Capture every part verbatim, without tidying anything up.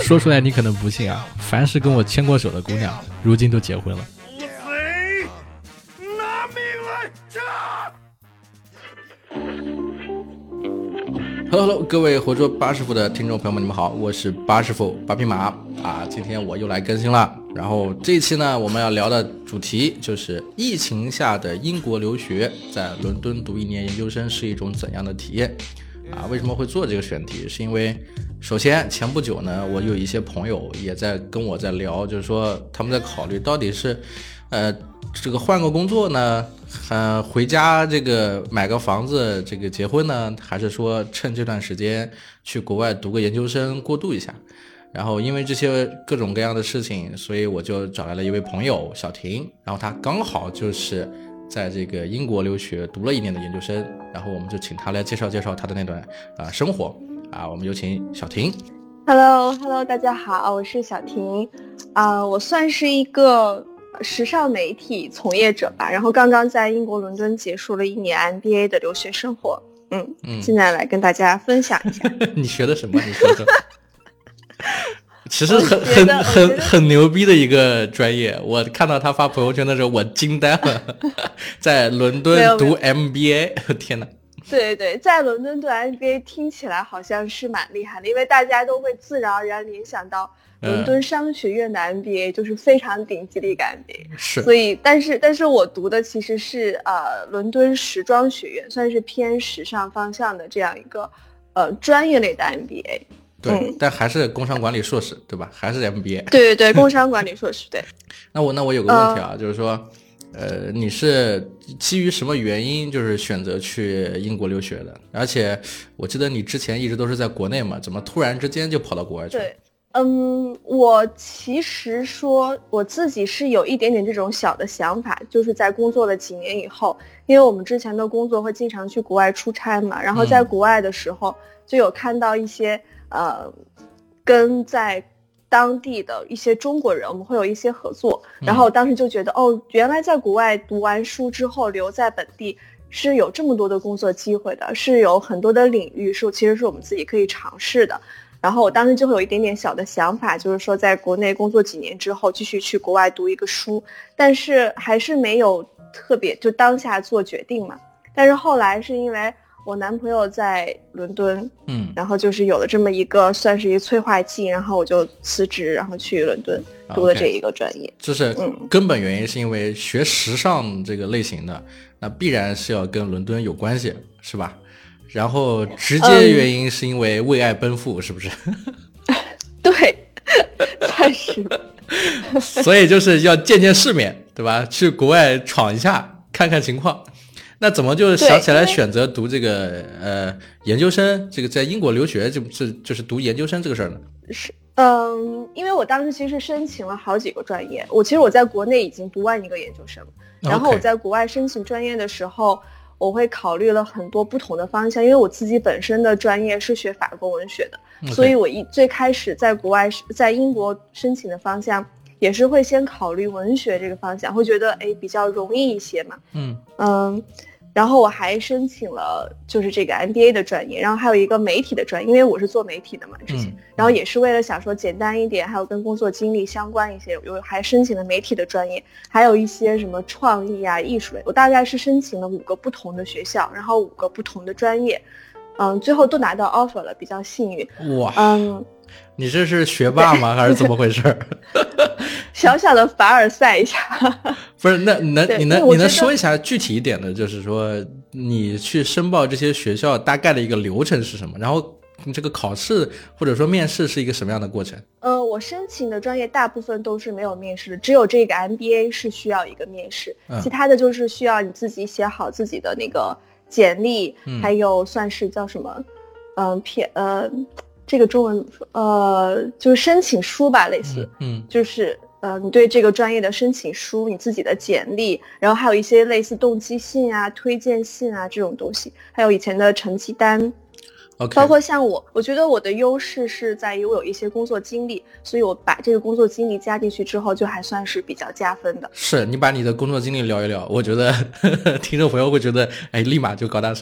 说出来你可能不信啊，凡是跟我牵过手的姑娘，如今都结婚了。 贼，拿命来炸 ！Hello Hello， 各位活捉八师傅的听众朋友们，你们好，我是八师傅八匹马啊，今天我又来更新了。然后这一期呢，我们要聊的主题就是疫情下的英国留学，在伦敦读一年研究生是一种怎样的体验啊？为什么会做这个选题？是因为首先前不久呢，我有一些朋友也在跟我在聊，就是说他们在考虑到底是呃这个换个工作呢，呃回家这个买个房子这个结婚呢，还是说趁这段时间去国外读个研究生过渡一下。然后因为这些各种各样的事情，所以我就找来了一位朋友小婷，然后他刚好就是在这个英国留学读了一年的研究生，然后我们就请他来介绍介绍他的那段啊、呃、生活啊，我们有请小婷。 Hello Hello， 大家好，我是小婷啊、呃，我算是一个时尚媒体从业者吧，然后刚刚在英国伦敦结束了一年 M B A 的留学生活，嗯嗯，现在来跟大家分享一下。 你学的什么？你说说。其实很很很很牛逼的一个专业，我看到他发朋友圈的时候我惊呆了。在伦敦读 M B A， 天哪！ 对对，在伦敦读 M B A 听起来好像是蛮厉害的，因为大家都会自然而然联想到伦敦商学院的 M B A 就是非常顶级的一个 M B A， 是。 所以，但是但是我读的其实是呃伦敦时装学院，算是偏时尚方向的这样一个呃专业类的 M B A。 对、嗯，但还是工商管理硕士，对吧？还是 M B A。 对对对，工商管理硕士。对。 那我那我有个问题啊，呃、就是说，呃，你是基于什么原因就是选择去英国留学的？而且我记得你之前一直都是在国内嘛，怎么突然之间就跑到国外去？ 对，嗯，我其实说我自己是有一点点这种小的想法，就是在工作了几年以后，因为我们之前的工作会经常去国外出差嘛，然后在国外的时候就有看到一些。嗯呃，跟在当地的一些中国人，我们会有一些合作。然后我当时就觉得，哦，原来在国外读完书之后留在本地是有这么多的工作机会的，是有很多的领域是其实是我们自己可以尝试的。然后我当时就会有一点点小的想法，就是说在国内工作几年之后，继续去国外读一个书，但是还是没有特别就当下做决定嘛。但是后来是因为我男朋友在伦敦，嗯，然后就是有了这么一个算是一个催化剂，然后我就辞职，然后去伦敦读了这一个专业。 Okay. 就是根本原因是因为学时尚这个类型的，那必然是要跟伦敦有关系，是吧？然后直接原因是因为为爱奔赴，嗯、是不是？ 对，算是。 所以就是要见见世面，对吧？去国外闯一下，看看情况。那怎么就想起来选择读这个呃研究生？这个在英国留学就是就是读研究生这个事儿呢？ 是，嗯，因为我当时其实申请了好几个专业，我其实我在国内已经读完一个研究生，然后我在国外申请专业的时候，我会考虑了很多不同的方向，因为我自己本身的专业是学法国文学的， okay. 所以我一最开始在国外在英国申请的方向。也是会先考虑文学这个方向，会觉得哎比较容易一些嘛。嗯嗯，然后我还申请了就是这个 M B A 的专业，然后还有一个媒体的专业，因为我是做媒体的嘛之前、嗯，然后也是为了想说简单一点，还有跟工作经历相关一些，我还申请了媒体的专业，还有一些什么创意啊、艺术类，我大概是申请了五个不同的学校，然后五个不同的专业，嗯，最后都拿到 offer 了，比较幸运。 哇， 嗯。 你这是学霸吗？还是怎么回事？ 小小的凡尔赛一下。 不是，那你能你能你能说一下具体一点的，就是说你去申报这些学校大概的一个流程是什么？然后这个考试或者说面试是一个什么样的过程？ 呃，我申请的专业大部分都是没有面试的，只有这个 M B A 是需要一个面试，嗯、其他的就是需要你自己写好自己的那个简历，嗯、还有算是叫什么，嗯、呃，偏呃。这个中文呃就是申请书吧，类似，嗯，嗯就是呃你对这个专业的申请书，你自己的简历，然后还有一些类似动机信啊、推荐信啊这种东西，还有以前的成绩单。 Okay. 包括像我，我觉得我的优势是在于我有一些工作经历，所以我把这个工作经历加进去之后，就还算是比较加分的。 是你把你的工作经历聊一聊，我觉得呵呵听众朋友会觉得，哎，立马就高大上。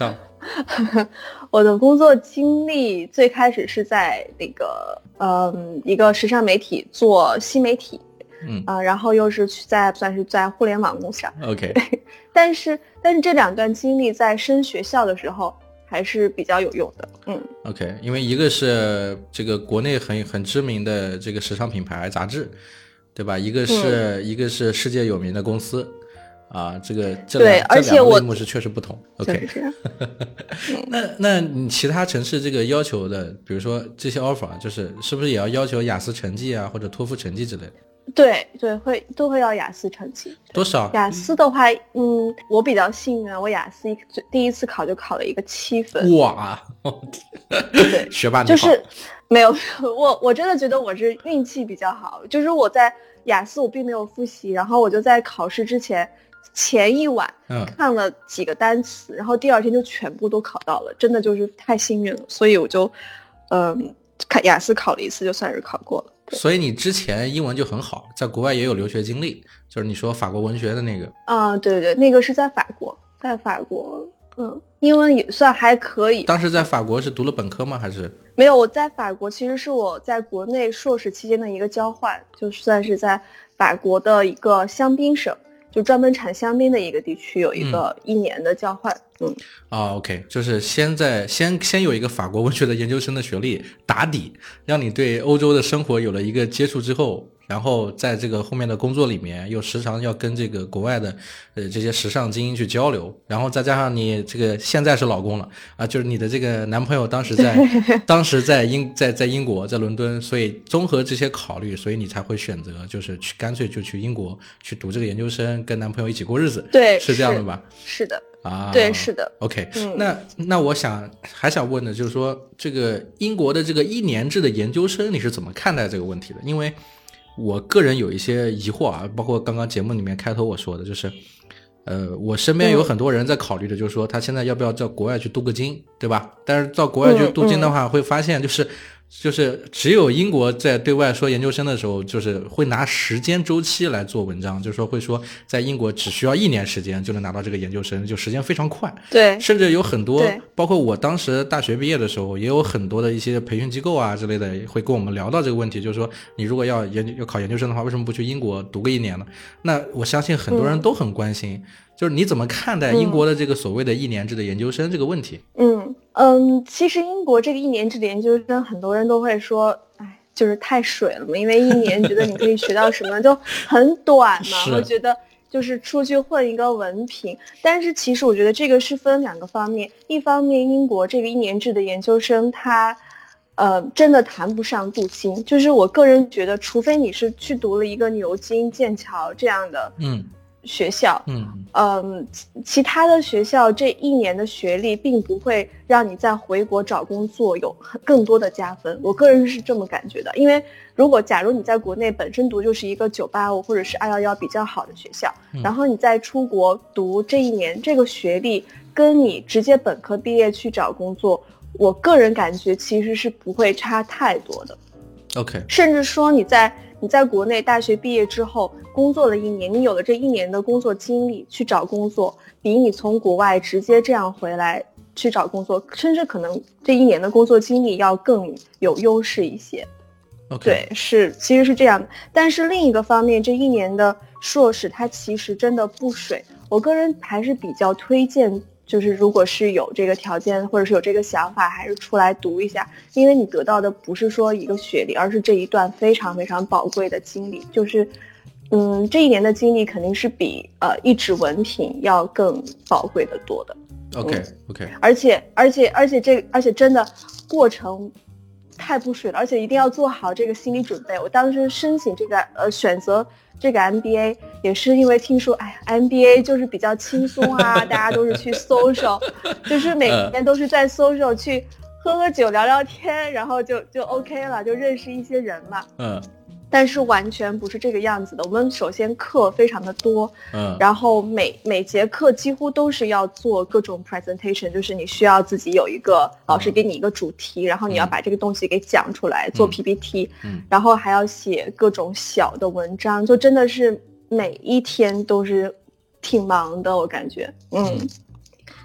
我的工作经历最开始是在那个嗯一个时尚媒体做新媒体， 嗯啊、呃，然后又是去在算是在互联网公司上。 OK， 但是但是这两段经历在升学校的时候还是比较有用的。嗯 OK， 因为一个是这个国内很很知名的这个时尚品牌杂志，对吧？一个是、嗯、一个是世界有名的公司。啊，这个这两对， 这两个类目是确实不同。OK， 嗯、 那那你其他城市这个要求的，比如说这些 offer， 就是是不是也要要求雅思成绩啊，或者托福成绩之类的？ 对对，会都会要雅思成绩。 多少？ 雅思的话，嗯，我比较幸运，我雅思一第一次考就考了一个七分。 哇， 对， 学霸你好。 就是没有我我真的觉得我是运气比较好，就是我在雅思我并没有复习，然后我就在考试之前。前一晚看了几个单词、嗯、然后第二天就全部都考到了，真的就是太幸运了，所以我就嗯，看雅思考了一次就算是考过了。 所以你之前英文就很好，在国外也有留学经历，就是你说法国文学的那个啊、嗯，对对，那个是在法国，在法国嗯，英文也算还可以。 当时在法国是读了本科吗？还是没有，我在法国其实是我在国内硕士期间的一个交换，就算是在法国的一个香槟省，就专门产香槟的一个地区有一个一年的交换。嗯，嗯啊 OK， 就是先在先先有一个法国文学的研究生的学历打底，让你对欧洲的生活有了一个接触之后，然后在这个后面的工作里面又时常要跟这个国外的呃这些时尚精英去交流，然后再加上你这个现在是老公了啊，就是你的这个男朋友当时在当时在英在在英国在伦敦，所以综合这些考虑，所以你才会选择就是去干脆就去英国去读这个研究生，跟男朋友一起过日子。 对， 是这样的吧？ 是的。 啊， 对，是的。 OK， 嗯、 那那我想还想问的就是说，这个英国的这个一年制的研究生你是怎么看待这个问题的？因为我个人有一些疑惑啊，包括刚刚节目里面开头我说的，就是呃，我身边有很多人在考虑的，就是说他现在要不要到国外去镀个金，对吧？但是到国外去镀金的话，会发现就是就是只有英国在对外说研究生的时候，就是会拿时间周期来做文章，就是说会说在英国只需要一年时间就能拿到这个研究生，就时间非常快。 对， 甚至有很多，包括我当时大学毕业的时候，也有很多的一些培训机构啊之类的会跟我们聊到这个问题，就是说你如果要研究要考研究生的话，为什么不去英国读个一年呢？那我相信很多人都很关心。嗯，就是你怎么看待英国的这个所谓的一年制的研究生这个问题？ 嗯嗯，其实英国这个一年制的研究生，很多人都会说，哎，就是太水了嘛，因为一年觉得你可以学到什么就很短嘛，我觉得就是出去混一个文凭。但是其实我觉得这个是分两个方面，一方面英国这个一年制的研究生，它呃真的谈不上镀金，就是我个人觉得，除非你是去读了一个牛津、剑桥这样的，嗯。学校，嗯嗯，其他的学校这一年的学历并不会让你在回国找工作有更多的加分，我个人是这么感觉的。因为如果假如你在国内本身读就是一个九八五或者是二一一比较好的学校，嗯，然后你再出国读这一年，这个学历跟你直接本科毕业去找工作，我个人感觉其实是不会差太多的。 OK， 甚至说你在你在国内大学毕业之后工作了一年，你有了这一年的工作经历去找工作，比你从国外直接这样回来去找工作，甚至可能这一年的工作经历要更有优势一些。 Okay. 对，是其实是这样的。但是另一个方面，这一年的硕士它其实真的不水，我个人还是比较推荐，就是如果是有这个条件或者是有这个想法，还是出来读一下，因为你得到的不是说一个学历，而是这一段非常非常宝贵的经历，就是嗯，这一年的经历肯定是比呃一纸文凭要更宝贵的多的。 OK OK， 而且而且而且这而且真的过程太不水了，而且一定要做好这个心理准备。我当时申请这个呃选择这个 M B A 也是因为听说，哎呀 M B A 就是比较轻松啊，大家都是去 social， 就是每天都是在 social 去喝喝酒聊聊天，然后就就 OK 了，就认识一些人嘛。嗯。但是完全不是这个样子的。我们首先课非常的多，嗯，然后每每节课几乎都是要做各种 presentation， 就是你需要自己有一个老师给你一个主题，嗯，然后你要把这个东西给讲出来，嗯，做 P P T，嗯，然后还要写各种小的文章，就真的是每一天都是挺忙的，我感觉，嗯。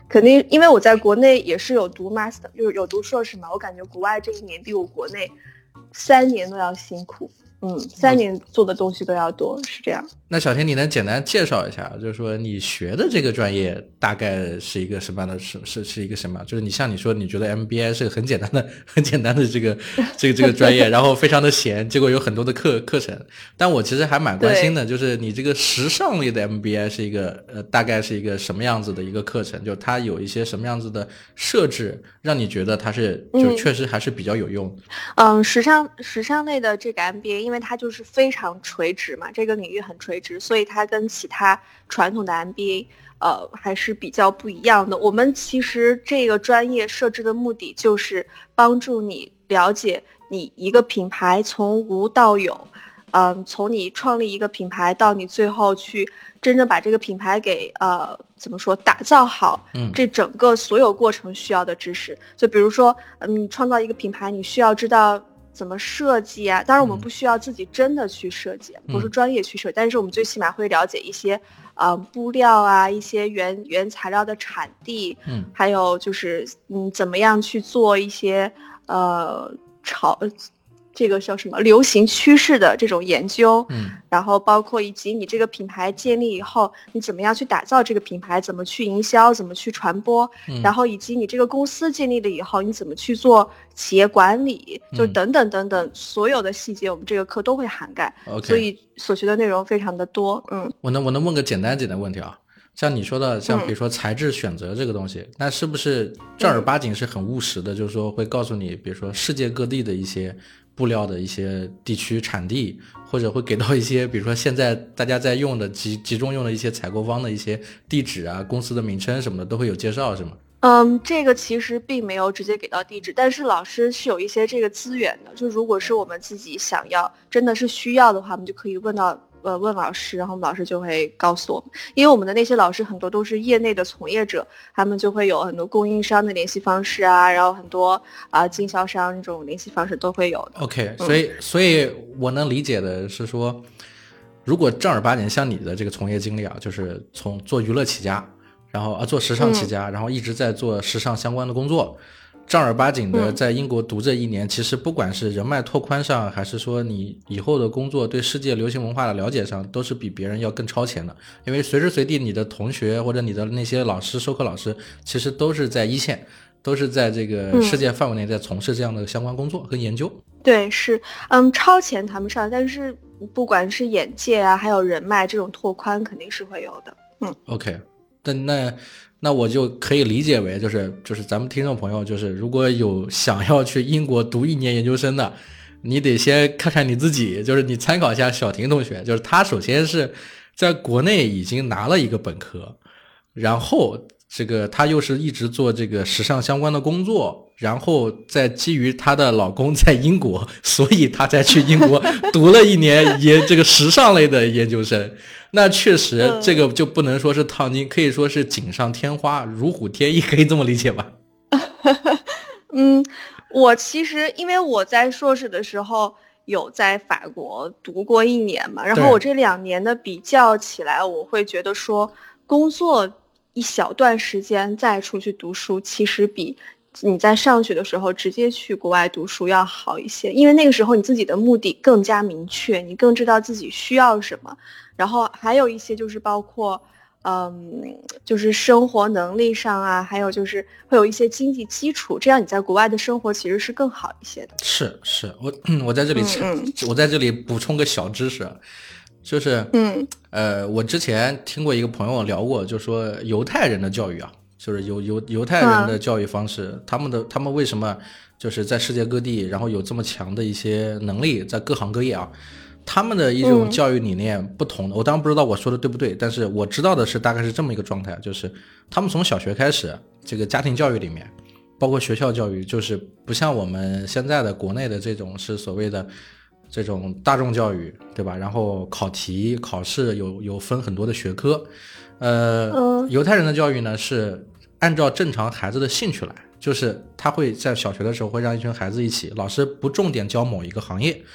肯定，因为我在国内也是有读 master， 就是有读硕士嘛，我感觉国外这一年比我国内三年都要辛苦。嗯，三年做的东西都要多，是这样。 那小天，你能简单介绍一下，就是说你学的这个专业大概是一个什么样的？是是是一个什么？就是你像你说，你觉得 M B A 是个很简单的、很简单的这个这个这个专业，然后非常的闲，结果有很多的课课程。但我其实还蛮关心的，就是你这个时尚类的 M B A 是一个呃，大概是一个什么样子的一个课程？就它有一些什么样子的设置，让你觉得它是就确实还是比较有用。 嗯，嗯时尚时尚类的这个 M B A， 因为它就是非常垂直嘛，这个领域很垂直，所以它跟其他传统的 M B A 呃还是比较不一样的。我们其实这个专业设置的目的就是帮助你了解你一个品牌从无到有，嗯，从你创立一个品牌到你最后去真正把这个品牌给呃怎么说打造好， 嗯， 这整个所有过程需要的知识。就比如说，嗯，你创造一个品牌，你需要知道怎么设计啊？当然，我们不需要自己真的去设计， 嗯、 不是专业去设计，但是我们最起码会了解一些，呃，布料啊，一些原原材料的产地， 嗯， 还有就是嗯，怎么样去做一些呃潮。这个叫什么流行趋势的这种研究， 嗯， 然后包括以及你这个品牌建立以后，你怎么样去打造这个品牌，怎么去营销，怎么去传播， 嗯， 然后以及你这个公司建立了以后，你怎么去做企业管理，就等等等等，嗯，所有的细节我们这个课都会涵盖。 OK， 所以所学的内容非常的多。嗯， 我能我能问个简单简单问题啊？像你说的，像比如说材质选择这个东西，嗯，那是不是正儿八经是很务实的，嗯，就是说会告诉你，比如说世界各地的一些布料的一些地区产地，或者会给到一些比如说现在大家在用的集集中用的一些采购方的一些地址啊，公司的名称什么的都会有介绍是吗？ 嗯，这个其实并没有直接给到地址，但是老师是有一些这个资源的，就如果是我们自己想要真的是需要的话，我们就可以问到呃问老师，然后我们老师就会告诉我们，因为我们的那些老师很多都是业内的从业者，他们就会有很多供应商的联系方式啊，然后很多啊，呃、经销商这种联系方式都会有的。 OK， 所以、嗯、所以我能理解的是说，如果正儿八经像你的这个从业经历啊，就是从做娱乐起家，然后啊做时尚起家，嗯，然后一直在做时尚相关的工作。正儿八经的在英国读这一年，嗯，其实不管是人脉拓宽上，还是说你以后的工作对世界流行文化的了解上，都是比别人要更超前的。因为随时随地你的同学或者你的那些老师授课老师其实都是在一线，都是在这个世界范围内在从事这样的相关工作跟研究。 嗯，对，是嗯超前谈不上，但是不管是眼界啊还有人脉这种拓宽肯定是会有的。嗯 OK， 但那那我就可以理解为就是就是咱们听众朋友，就是如果有想要去英国读一年研究生的，你得先看看你自己，就是你参考一下小婷同学，就是他首先是在国内已经拿了一个本科，然后这个她又是一直做这个时尚相关的工作，然后再基于她的老公在英国，所以她才去英国读了一年研这个时尚类的研究生。那确实这个就不能说是烫金，可以说是锦上添花，如虎添翼，可以这么理解吧？ 嗯，我其实因为我在硕士的时候有在法国读过一年嘛，然后我这两年的比较起来，我会觉得说工作一小段时间再出去读书，其实比你在上学的时候直接去国外读书要好一些，因为那个时候你自己的目的更加明确，你更知道自己需要什么，然后还有一些就是包括嗯，就是生活能力上啊，还有就是会有一些经济基础，这样你在国外的生活其实是更好一些的。是是，我我在这里、嗯、我在这里补充个小知识，就是嗯呃，我之前听过一个朋友聊过，就说犹太人的教育啊，就是犹犹犹太人的教育方式、嗯，他们的他们为什么就是在世界各地，然后有这么强的一些能力，在各行各业啊。他们的一种教育理念不同的、嗯、我当然不知道我说的对不对，但是我知道的是大概是这么一个状态，就是他们从小学开始，这个家庭教育里面包括学校教育，就是不像我们现在的国内的这种是所谓的这种大众教育，对吧？然后考题考试有有分很多的学科，呃、嗯、犹太人的教育呢是按照正常孩子的兴趣来，就是他会在小学的时候会让一群孩子一起，老师不重点教某一个行业，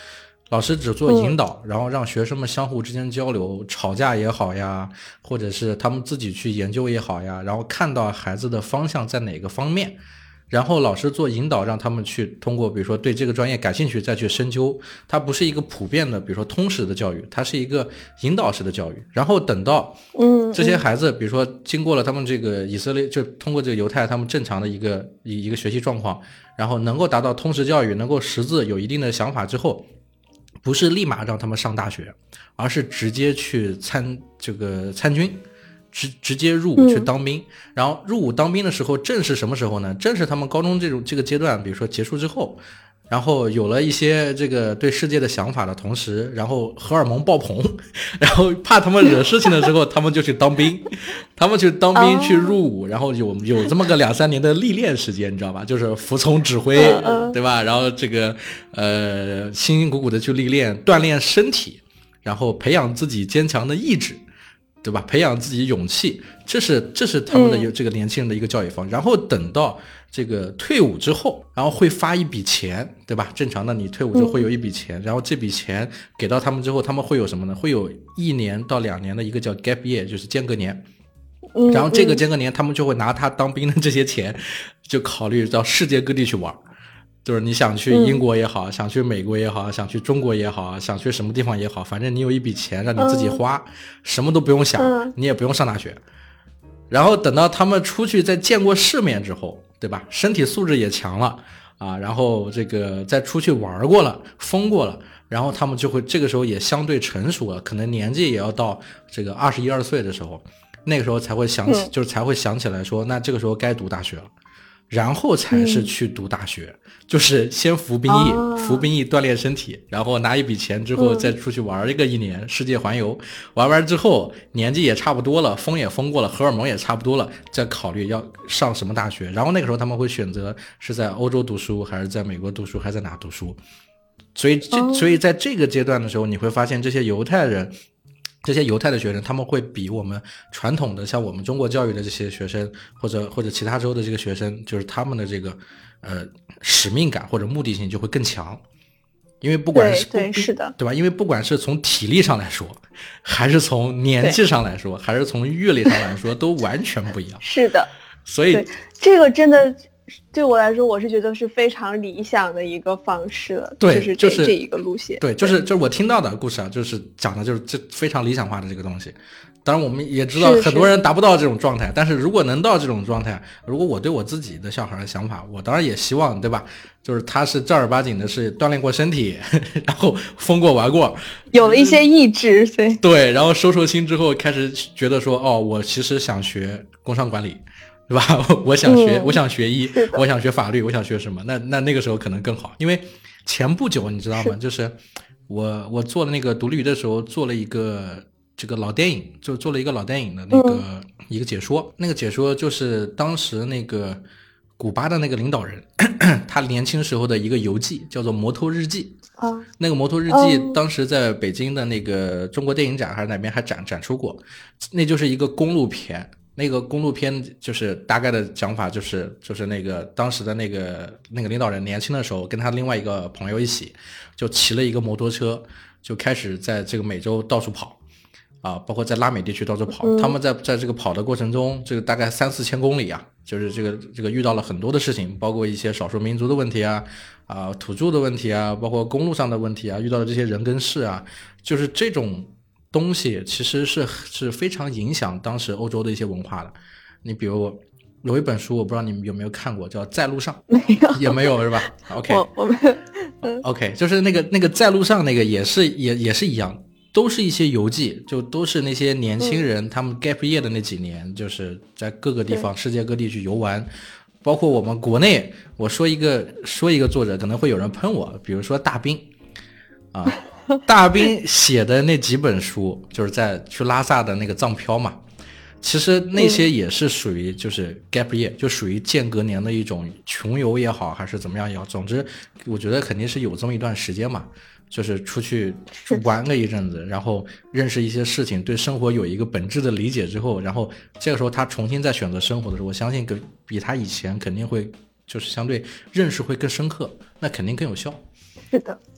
老师只做引导，然后让学生们相互之间交流，吵架也好呀，或者是他们自己去研究也好呀，然后看到孩子的方向在哪个方面，然后老师做引导，让他们去通过比如说对这个专业感兴趣再去深究。它不是一个普遍的比如说通识的教育，它是一个引导式的教育。然后等到嗯这些孩子比如说经过了他们这个以色列，就通过这个犹太他们正常的一个一个学习状况，然后能够达到通识教育，能够识字，有一定的想法之后，不是立马让他们上大学，而是直接去参这个参军，直直接入伍去当兵、嗯、然后入伍当兵的时候正是什么时候呢？正是他们高中这种这个阶段，比如说结束之后，然后有了一些这个对世界的想法的同时，然后荷尔蒙爆棚，然后怕他们惹事情的时候他们就去当兵，他们去当兵去入伍，然后有有这么个两三年的历练时间，你知道吧？就是服从指挥，对吧？然后这个呃辛辛苦苦的去历练锻炼身体，然后培养自己坚强的意志，对吧？培养自己勇气，这是这是他们的有这个年轻人的一个教育方、嗯、然后等到这个退伍之后，然后会发一笔钱，对吧？正常的你退伍之后会有一笔钱、嗯、然后这笔钱给到他们之后，他们会有什么呢？会有一年到两年的一个叫 gap year， 就是间隔年。然后这个间隔年他们就会拿他当兵的这些钱就考虑到世界各地去玩，就是你想去英国也好、嗯、想去美国也好，想去中国也好，想去什么地方也好，反正你有一笔钱让你自己花、嗯、什么都不用想、嗯、你也不用上大学。然后等到他们出去再见过世面之后，对吧？身体素质也强了啊，然后这个再出去玩过了疯过了，然后他们就会这个时候也相对成熟了，可能年纪也要到这个二十一二岁的时候，那个时候才会想起、嗯、就是才会想起来说，那这个时候该读大学了，然后才是去读大学、嗯、就是先服兵役、啊、服兵役锻炼身体，然后拿一笔钱之后再出去玩一个一年、嗯、世界环游，玩完之后年纪也差不多了，疯也疯过了，荷尔蒙也差不多了，再考虑要上什么大学。然后那个时候他们会选择是在欧洲读书还是在美国读书还是在哪读书。所以这所以在这个阶段的时候，你会发现这些犹太人这些犹太的学生，他们会比我们传统的像我们中国教育的这些学生，或者或者其他州的这个学生，就是他们的这个呃使命感或者目的性就会更强。因为不管是对对是的， 对吧？因为不管是从体力上来说，还是从年纪上来说，还是从阅历上来说，都完全不一样。 是的， 所以这个真的对我来说，我是觉得是非常理想的一个方式了。 对， 就是这、就是、这一个路线。 对，就是就是我听到的故事啊，就是讲的就是这非常理想化的这个东西。当然我们也知道很多人达不到这种状态，但是如果能到这种状态，如果我对我自己的小孩的想法，我当然也希望，对吧？就是他是正儿八经的是锻炼过身体，然后疯过玩过， 有了一些意志，对对，然后收收心之后开始觉得说，哦，我其实想学工商管理，对吧？我想学、嗯、我想学医，我想学法律，我想学什么，那那那个时候可能更好。因为前不久你知道吗？是就是我我做了那个独立语的时候，做了一个这个老电影，就做了一个老电影的那个、嗯、一个解说。那个解说就是当时那个古巴的那个领导人他年轻时候的一个游记，叫做摩托日记、哦、那个摩托日记当时在北京的那个中国电影展还是哪边还展展出过，那就是一个公路片。那个公路片就是大概的讲法就是就是那个当时的那个那个领导人年轻的时候跟他另外一个朋友一起就骑了一个摩托车，就开始在这个美洲到处跑啊，包括在拉美地区到处跑、嗯、他们在在这个跑的过程中，这个大概三四千公里啊，就是这个这个遇到了很多的事情，包括一些少数民族的问题啊啊土著的问题啊，包括公路上的问题啊，遇到的这些人跟事啊，就是这种东西其实是是非常影响当时欧洲的一些文化的。你比如有一本书我不知道你们有没有看过，叫在路上。 没有， 也没有是吧？ OK 我我没有、嗯、 OK 就是那个那个在路上那个也是也也是一样，都是一些游记，就都是那些年轻人、嗯、他们 gap year 的那几年，就是在各个地方世界各地去游玩。包括我们国内，我说一个说一个作者可能会有人喷我，比如说大兵啊大兵写的那几本书，就是在去拉萨的那个藏漂嘛，其实那些也是属于就是 gap year、嗯、就属于间隔年的一种穷游也好还是怎么样也好，总之我觉得肯定是有这么一段时间嘛，就是出去玩了一阵子，然后认识一些事情，对生活有一个本质的理解之后，然后这个时候他重新再选择生活的时候，我相信比他以前肯定会就是相对认识会更深刻，那肯定更有效。 是的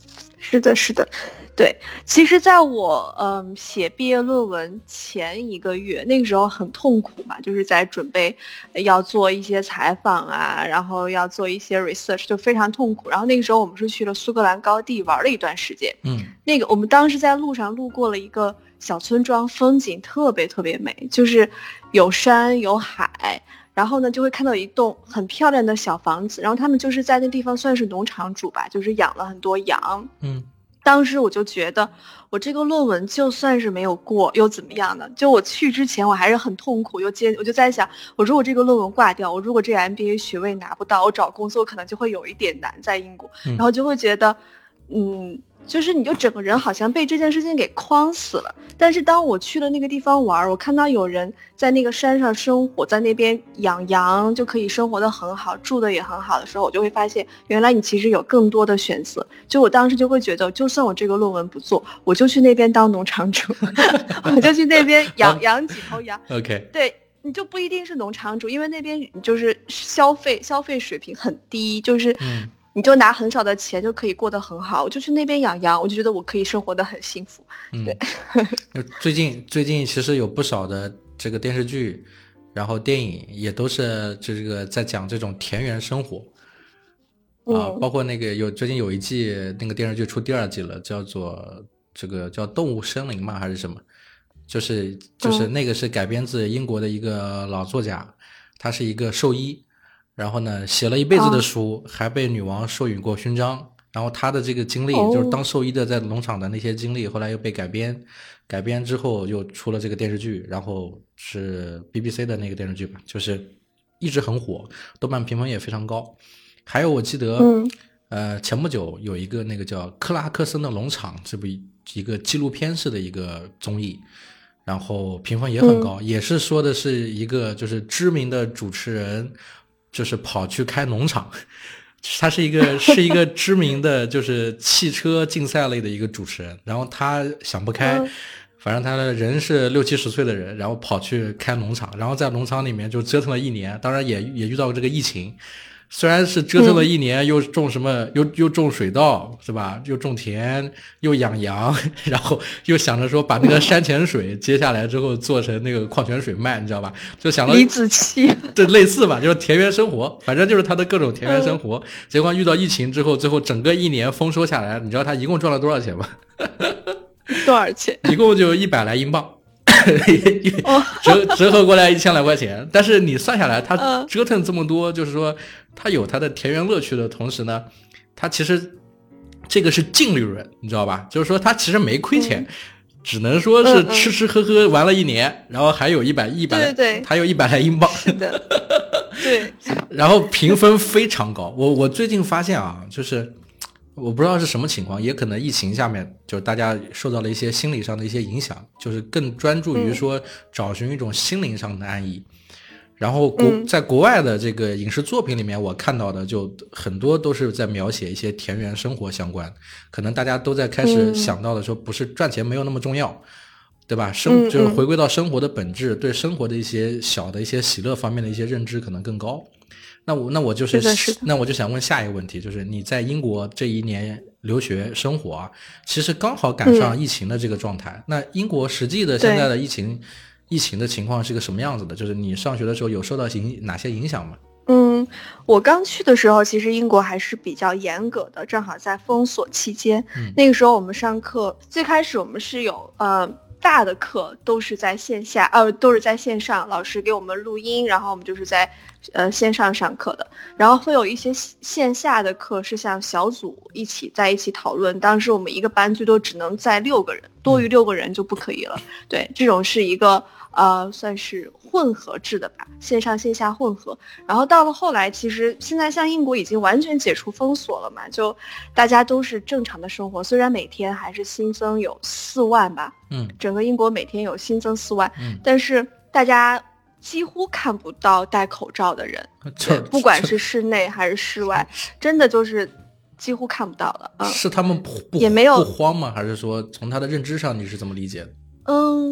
是的，是的，对。其实在我嗯写毕业论文前一个月，那个时候很痛苦嘛，就是在准备要做一些采访啊，然后要做一些 research， 就非常痛苦。然后那个时候我们是去了苏格兰高地玩了一段时间， 嗯， 那个我们当时在路上路过了一个小村庄，风景特别特别美，就是有山有海。然后呢，就会看到一栋很漂亮的小房子，然后他们就是在那地方算是农场主吧，就是养了很多羊。 嗯， 当时我就觉得，我这个论文就算是没有过，又怎么样呢？就我去之前，我还是很痛苦，又接，我就在想，我如果这个论文挂掉，我如果这个 M B A 学位拿不到，我找工作可能就会有一点难在英国， 嗯、 然后就会觉得，嗯。就是你就整个人好像被这件事情给框死了。但是当我去了那个地方玩，我看到有人在那个山上生活，在那边养羊就可以生活得很好，住的也很好的时候，我就会发现原来你其实有更多的选择。就我当时就会觉得，就算我这个论文不做，我就去那边当农场主我就去那边养养几头羊。 OK， 对，你就不一定是农场主，因为那边就是消费消费水平很低，就是嗯你就拿很少的钱就可以过得很好。我就去那边养羊，我就觉得我可以生活得很幸福。对， 嗯、最近最近其实有不少的这个电视剧，然后电影也都是这个在讲这种田园生活啊、 嗯， 包括那个有最近有一季那个电视剧出第二季了，叫做这个叫动物森林嘛还是什么，就是就是那个是改编自英国的一个老作家，他是一个兽医。然后呢，写了一辈子的书，还被女王授予过勋章。然后他的这个经历，就是当兽医的在农场的那些经历，后来又被改编，改编之后又出了这个电视剧，然后是 B B C 的那个电视剧吧，就是一直很火，豆瓣评分也非常高。还有我记得， 嗯、 呃，前不久有一个那个叫克拉克森的农场，这部一个纪录片式的一个综艺。然后评分也很高、嗯、也是说的是一个就是知名的主持人就是跑去开农场，他是一个是一个知名的就是汽车竞赛类的一个主持人，然后他想不开、嗯、反正他的人是六七十岁的人，然后跑去开农场，然后在农场里面就折腾了一年，当然也也遇到这个疫情，虽然是折腾了一年、嗯、又种什么又又种水稻是吧，又种田又养羊，然后又想着说把那个山泉水接下来之后做成那个矿泉水卖，你知道吧，就想到李子柒， 对，类似吧，就是田园生活，反正就是他的各种田园生活、嗯、结果遇到疫情之后，最后整个一年丰收下来，你知道他一共赚了多少钱吗？ 多少钱？ 一共就一百来英镑折折合过来一千来块钱，但是你算下来，他折腾这么多，就是说他有他的田园乐趣的同时呢，他其实这个是净利润，你知道吧？就是说他其实没亏钱，嗯、只能说是吃吃喝喝玩了一年，嗯、然后还有一百一百，对对，还有一百来英镑， 是的，对。 然后评分非常高，我我最近发现啊，就是。我不知道是什么情况，也可能疫情下面就是大家受到了一些心理上的一些影响，就是更专注于说找寻一种心灵上的安逸。嗯、然后国在国外的这个影视作品里面，我看到的就很多都是在描写一些田园生活相关，可能大家都在开始想到的说，不是赚钱没有那么重要，对吧？生就是回归到生活的本质，对生活的一些小的一些喜乐方面的一些认知可能更高。那我那我就是， 是那我就想问下一个问题，就是你在英国这一年留学生活啊，其实刚好赶上疫情的这个状态。嗯、那英国实际的现在的疫情疫情的情况是个什么样子的？就是你上学的时候有受到影哪些影响吗？ 嗯，我刚去的时候，其实英国还是比较严格的，正好在封锁期间。嗯、那个时候我们上课，最开始我们是有呃。大的课都是在线下，呃，都是在线上，老师给我们录音，然后我们就是在呃线上上课的。然后会有一些线下的课是像小组一起在一起讨论，当时我们一个班最多只能在六个人，多于六个人就不可以了。对，这种是一个呃算是混合制的吧，线上线下混合。然后到了后来，其实现在像英国已经完全解除封锁了嘛，就大家都是正常的生活，虽然每天还是新增有四万吧。 嗯， 整个英国每天有新增四万，嗯，但是大家几乎看不到戴口罩的人，不管是室内还是室外，真的就是几乎看不到了。嗯、 是他们不也没有不慌吗？还是说从他的认知上你是怎么理解的？ 嗯，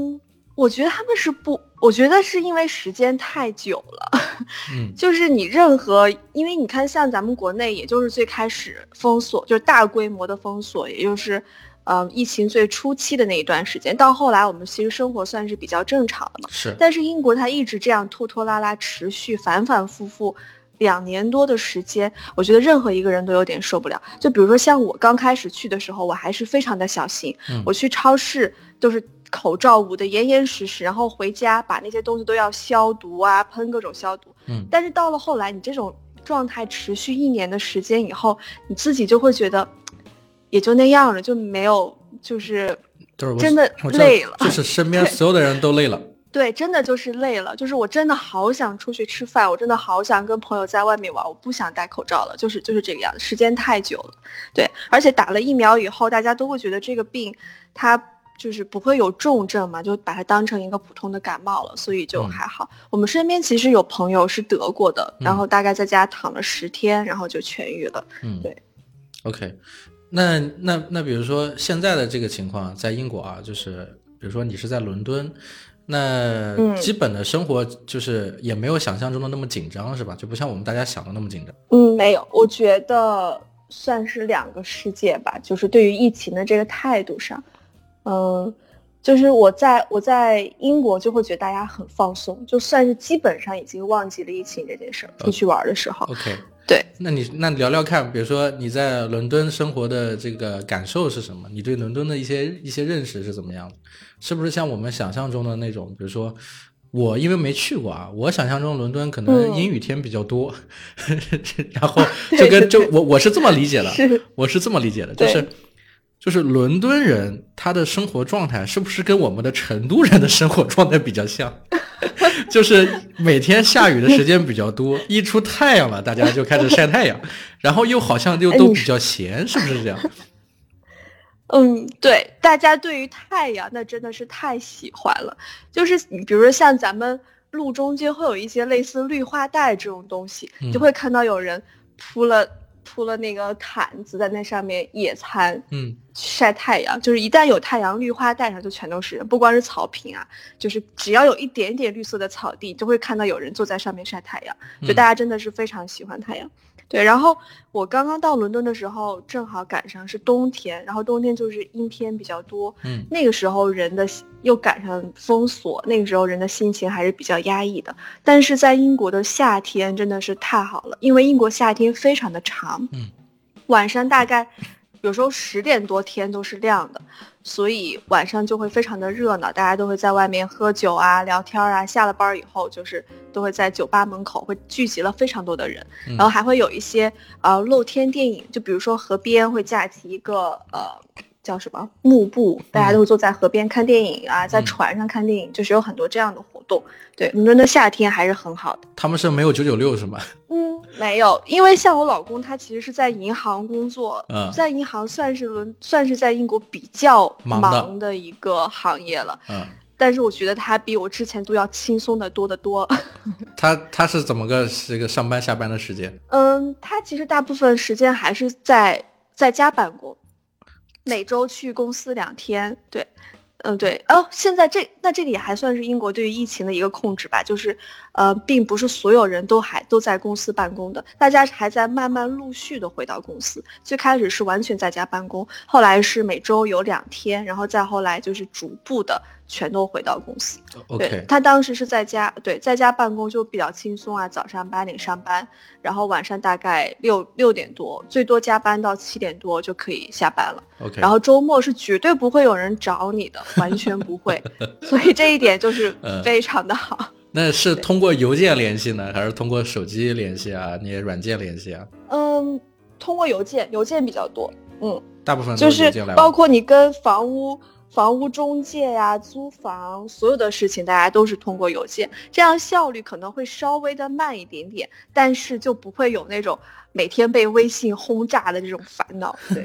我觉得他们是不，我觉得是因为时间太久了， 嗯， 就是你任何，因为你看像咱们国内，也就是最开始封锁，就是大规模的封锁，也就是呃疫情最初期的那一段时间，到后来我们其实生活算是比较正常的嘛。 是， 但是英国它一直这样拖拖拉拉，持续反反复复两年多的时间，我觉得任何一个人都有点受不了。就比如说像我刚开始去的时候，我还是非常的小心， 嗯、 我去超市都是口罩捂得严严实实，然后回家把那些东西都要消毒啊，喷各种消毒。 嗯， 但是到了后来，你这种状态持续一年的时间以后，你自己就会觉得也就那样了，就没有，就是真的累了， 就是身边所有的人都累了。 对，真的就是累了，就是我真的好想出去吃饭，我真的好想跟朋友在外面玩，我不想戴口罩了，就是就是这个样子，时间太久了。对，而且打了疫苗以后，大家都会觉得这个病它就是不会有重症嘛，就把它当成一个普通的感冒了，所以就还好。嗯、我们身边其实有朋友是得过的，然后大概在家躺了十天，然后就痊愈了。 嗯， 对。 OK， 那那那比如说现在的这个情况，在英国啊，就是比如说你是在伦敦。那基本的生活就是也没有想象中的那么紧张，是吧？就不像我们大家想的那么紧张。 嗯，没有，我觉得算是两个世界吧。就是对于疫情的这个态度上，嗯，就是我在我在英国就会觉得大家很放松，就算是基本上已经忘记了疫情这件事儿。出去玩的时候 ，OK， 对。 那你那聊聊看，比如说你在伦敦生活的这个感受是什么？你对伦敦的一些一些认识是怎么样的？是不是像我们想象中的那种？比如说，我因为没去过啊，我想象中伦敦可能阴雨天比较多，嗯、然后就跟就我我是这么理解的， 是我是这么理解的，就是就是伦敦人他的生活状态是不是跟我们的成都人的生活状态比较像？就是每天下雨的时间比较多，一出太阳了，大家就开始晒太阳，然后又好像又都比较闲，是不是这样？ 嗯，对，大家对于太阳那真的是太喜欢了。就是你比如说像咱们路中间会有一些类似绿化带这种东西， 嗯、 就会看到有人铺了铺了那个毯子在那上面野餐， 嗯， 晒太阳。就是一旦有太阳，绿化带上就全都是人，不光是草坪啊，就是只要有一点点绿色的草地，就会看到有人坐在上面晒太阳。就大家真的是非常喜欢太阳。对，然后我刚刚到伦敦的时候，正好赶上是冬天，然后冬天就是阴天比较多， 嗯， 那个时候人的又赶上封锁，那个时候人的心情还是比较压抑的。但是在英国的夏天真的是太好了，因为英国夏天非常的长， 嗯， 晚上大概有时候十点多天都是亮的，所以晚上就会非常的热闹，大家都会在外面喝酒啊、聊天啊。下了班以后，就是都会在酒吧门口会聚集了非常多的人， 嗯、 然后还会有一些呃露天电影，就比如说河边会架起一个呃叫什么幕布，大家都会坐在河边看电影啊，在船上看电影，就是有很多这样的活动。对，伦敦的夏天还是很好的。 他们是没有九九六是吗？ 嗯，没有，因为像我老公他其实是在银行工作， 嗯、 在银行算是伦算是在英国比较忙的一个行业了。 嗯， 但是我觉得他比我之前都要轻松的多得多。 他他是怎么个这个上班下班的时间？ 嗯，他其实大部分时间还是在在家办公，每周去公司两天。对。嗯，对哦，现在这那这个也还算是英国对于疫情的一个控制吧，就是，呃，并不是所有人都还都在公司办公的，大家还在慢慢陆续的回到公司。最开始是完全在家办公，后来是每周有两天，然后再后来就是逐步的全都回到公司。 OK， 对，他当时是在家，对，在家办公就比较轻松啊，早上八点上班，然后晚上大概六六点多，最多加班到七点多就可以下班了。 OK， 然后周末是绝对不会有人找你的，完全不会，所以这一点就是非常的好。 嗯、那是通过邮件联系呢，还是通过手机联系啊？那些软件联系啊？ 嗯，通过邮件，邮件比较多。嗯， 大部分都是邮件来往， 就是包括你跟房屋。房屋中介呀、租房，所有的事情大家都是通过邮件，这样效率可能会稍微的慢一点点，但是就不会有那种每天被微信轰炸的这种烦恼。对，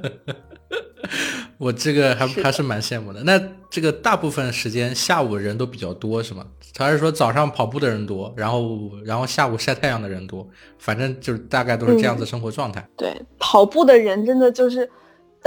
我这个还还是蛮羡慕的。那这个大部分时间下午人都比较多是吗？还是说早上跑步的人多，然后然后下午晒太阳的人多？反正就是大概都是这样子生活状态。 嗯、对，跑步的人真的就是。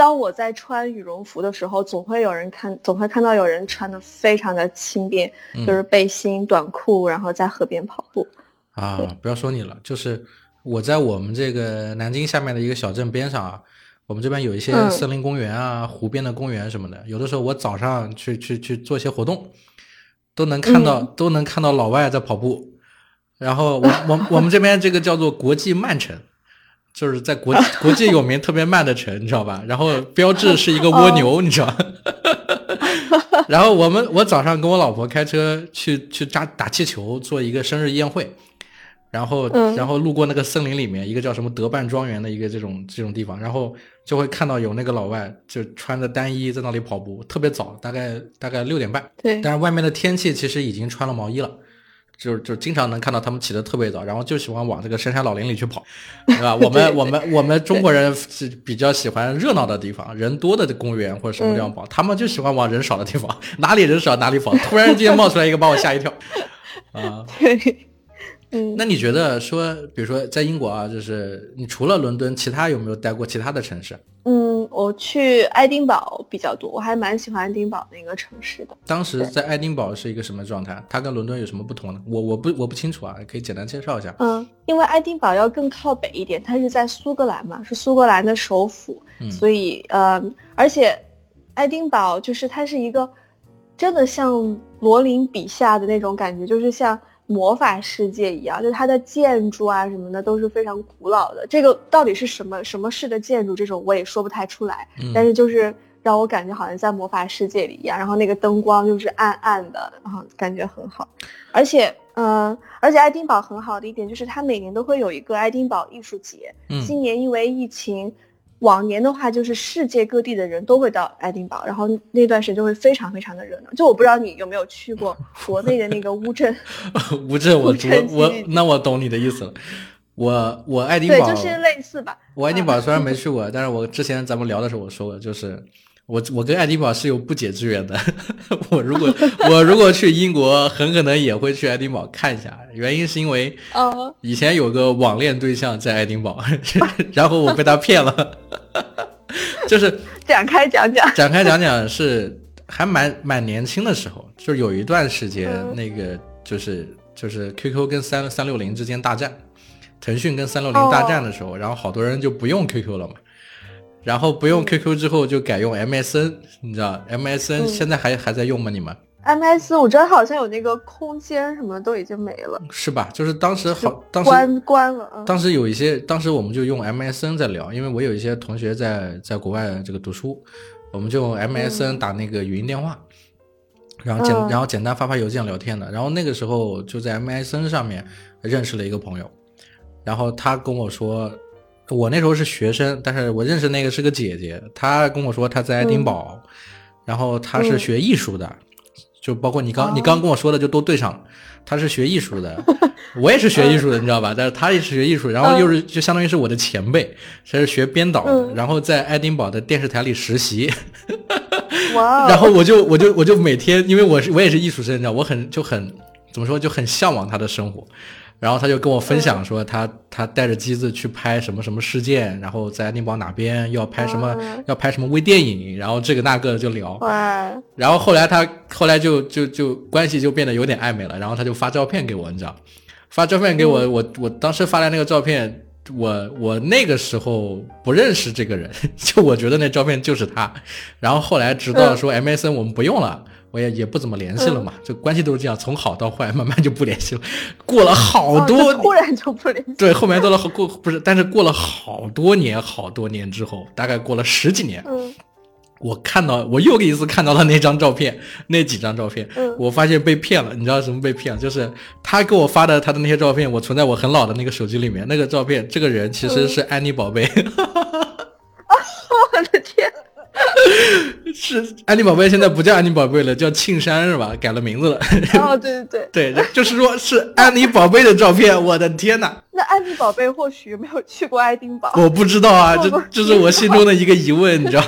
当我在穿羽绒服的时候，总会有人看，总会看到有人穿的非常的轻便， 嗯、 就是背心、短裤，然后在河边跑步。 啊，不要说你了，就是我在我们这个南京下面的一个小镇边上啊，我们这边有一些森林公园啊、嗯、湖边的公园什么的，有的时候我早上去去去做一些活动，都能看到、嗯、都能看到老外在跑步。然后我我我们这边这个叫做国际慢城。就是在国国际有名特别慢的城，你知道吧？然后标志是一个蜗牛，哦、你知道。然后我们我早上跟我老婆开车去去扎打气球，做一个生日宴会，然后、嗯、然后路过那个森林里面，一个叫什么德办庄园的一个这种这种地方，然后就会看到有那个老外就穿着单衣在那里跑步，特别早，大概大概六点半。 对。 但是外面的天气其实已经穿了毛衣了。就就经常能看到他们起得特别早，然后就喜欢往这个深山老林里去跑，对吧？我们我们我们中国人是比较喜欢热闹的地方，人多的公园或者什么地方跑，嗯、他们就喜欢往人少的地方，哪里人少哪里跑。突然之间冒出来一个，把我吓一跳。啊， 对，嗯。 那你觉得说，比如说在英国啊，就是你除了伦敦，其他有没有待过其他的城市？ 嗯，我去爱丁堡比较多，我还蛮喜欢爱丁堡那个城市的。 当时在爱丁堡是一个什么状态？它跟伦敦有什么不同呢？我我不我不清楚啊，可以简单介绍一下。 嗯，因为爱丁堡要更靠北一点，它是在苏格兰嘛，是苏格兰的首府，嗯、所以呃，而且爱丁堡就是它是一个真的像罗琳笔下的那种感觉，就是像魔法世界一样，就它的建筑啊什么的都是非常古老的。这个到底是什么什么式的建筑，这种我也说不太出来，嗯、但是就是让我感觉好像在魔法世界里一样。然后那个灯光就是暗暗的，然后感觉很好。而且，嗯、呃，而且爱丁堡很好的一点就是它每年都会有一个爱丁堡艺术节。嗯、今年因为疫情。往年的话就是世界各地的人都会到爱丁堡，然后那段时间就会非常非常的热闹。就我不知道你有没有去过国内的那个乌镇。 乌镇我我我那我懂你的意思了。我我爱丁堡对，就是类似吧。 我爱丁堡虽然没去过，但是我之前咱们聊的时候我说过，就是我我跟爱丁堡是有不解之缘的。我如果我如果去英国，很可能也会去爱丁堡看一下。原因是因为以前有个网恋对象在爱丁堡，然后我被他骗了。就是展开讲讲， 展开讲讲是还蛮蛮年轻的时候，就是有一段时间、嗯、那个就是就是 Q Q 跟三三六零之间大战，腾讯跟三六零大战的时候，哦、然后好多人就不用 Q Q 了嘛。然后不用 Q Q 之后就改用 M S N， 你知道 M S N 现在还、嗯、还在用吗？你们 M S N 我知道好像有那个空间什么都已经没了， 是吧？就是当时好，当时关关了、嗯。 当时有一些，当时我们就用 M S N 在聊，因为我有一些同学在在国外这个读书，我们就用 M S N 打那个语音电话，嗯、然后简、嗯、然后简单发发邮件聊天的。然后那个时候就在 M S N 上面认识了一个朋友，然后他跟我说。我那时候是学生，但是我认识那个是个姐姐，她跟我说她在爱丁堡、嗯、然后她是学艺术的、嗯、就包括你刚、哦、你刚跟我说的就都对上了，她是学艺术的我也是学艺术的、嗯、你知道吧，但是她也是学艺术，然后又是、嗯、就相当于是我的前辈，她是学编导的、嗯、然后在爱丁堡的电视台里实习哇、哦、然后我就我就我就每天，因为我是我也是艺术生，你知道我很就很怎么说就很向往她的生活，然后他就跟我分享说他、嗯、他带着机子去拍什么什么事件，然后在爱丁堡哪边要拍什么、嗯、要拍什么微电影，然后这个那个就聊，然后后来他后来就就就关系就变得有点暧昧了，然后他就发照片给我，你知道发照片给我、嗯、我我当时发来那个照片，我我那个时候不认识这个人，就我觉得那照片就是他，然后后来直到说 M S N 我们不用了、嗯我也也不怎么联系了嘛、嗯，就关系都是这样，从好到坏，慢慢就不联系了。过了好多， 哦、突然就不联系。 对，后面到了过不是，但是过了好多年，好多年之后，大概过了十几年，嗯，我看到我又一次看到了那张照片，那几张照片，嗯，我发现被骗了。你知道什么被骗了？就是他给我发的他的那些照片，我存在我很老的那个手机里面，那个照片，这个人其实是安妮宝贝。 嗯、我的天！ 是安妮宝贝现在不叫安妮宝贝了，叫庆山是吧？改了名字了。 哦，对对对，对，就是说是安妮宝贝的照片。我的天哪！ 那安妮宝贝或许没有去过爱丁堡， 我不知道啊，这这是我心中的一个疑问，你知道？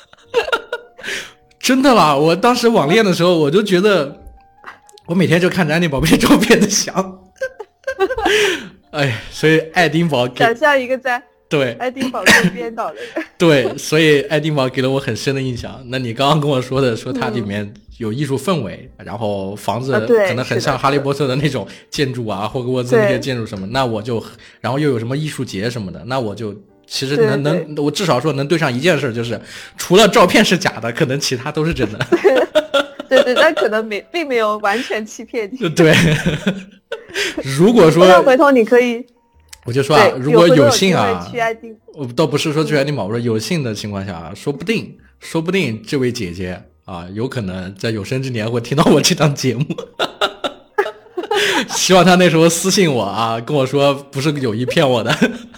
真的啦，我当时网恋的时候，我就觉得，我每天就看着安妮宝贝照片的想，哎，所以爱丁堡想象一个在。 对， 爱丁堡做编导的人。 对，所以爱丁堡给了我很深的印象。那你刚刚跟我说的，说它里面有艺术氛围，嗯、然后房子可能很像哈利波特的那种建筑啊，霍格沃兹那些建筑什么，那我就，然后又有什么艺术节什么的，那我就其实能能，我至少说能对上一件事，就是除了照片是假的，可能其他都是真的。 对对，但可能没并没有完全欺骗你。 对，如果说那回头你可以。 我就说啊，如果有幸啊， 去爱丁我倒不是说去爱丁堡，我说有幸的情况下啊，说不定，说不定这位姐姐啊，有可能在有生之年会听到我这档节目。希望她那时候私信我啊，跟我说不是有意骗我的。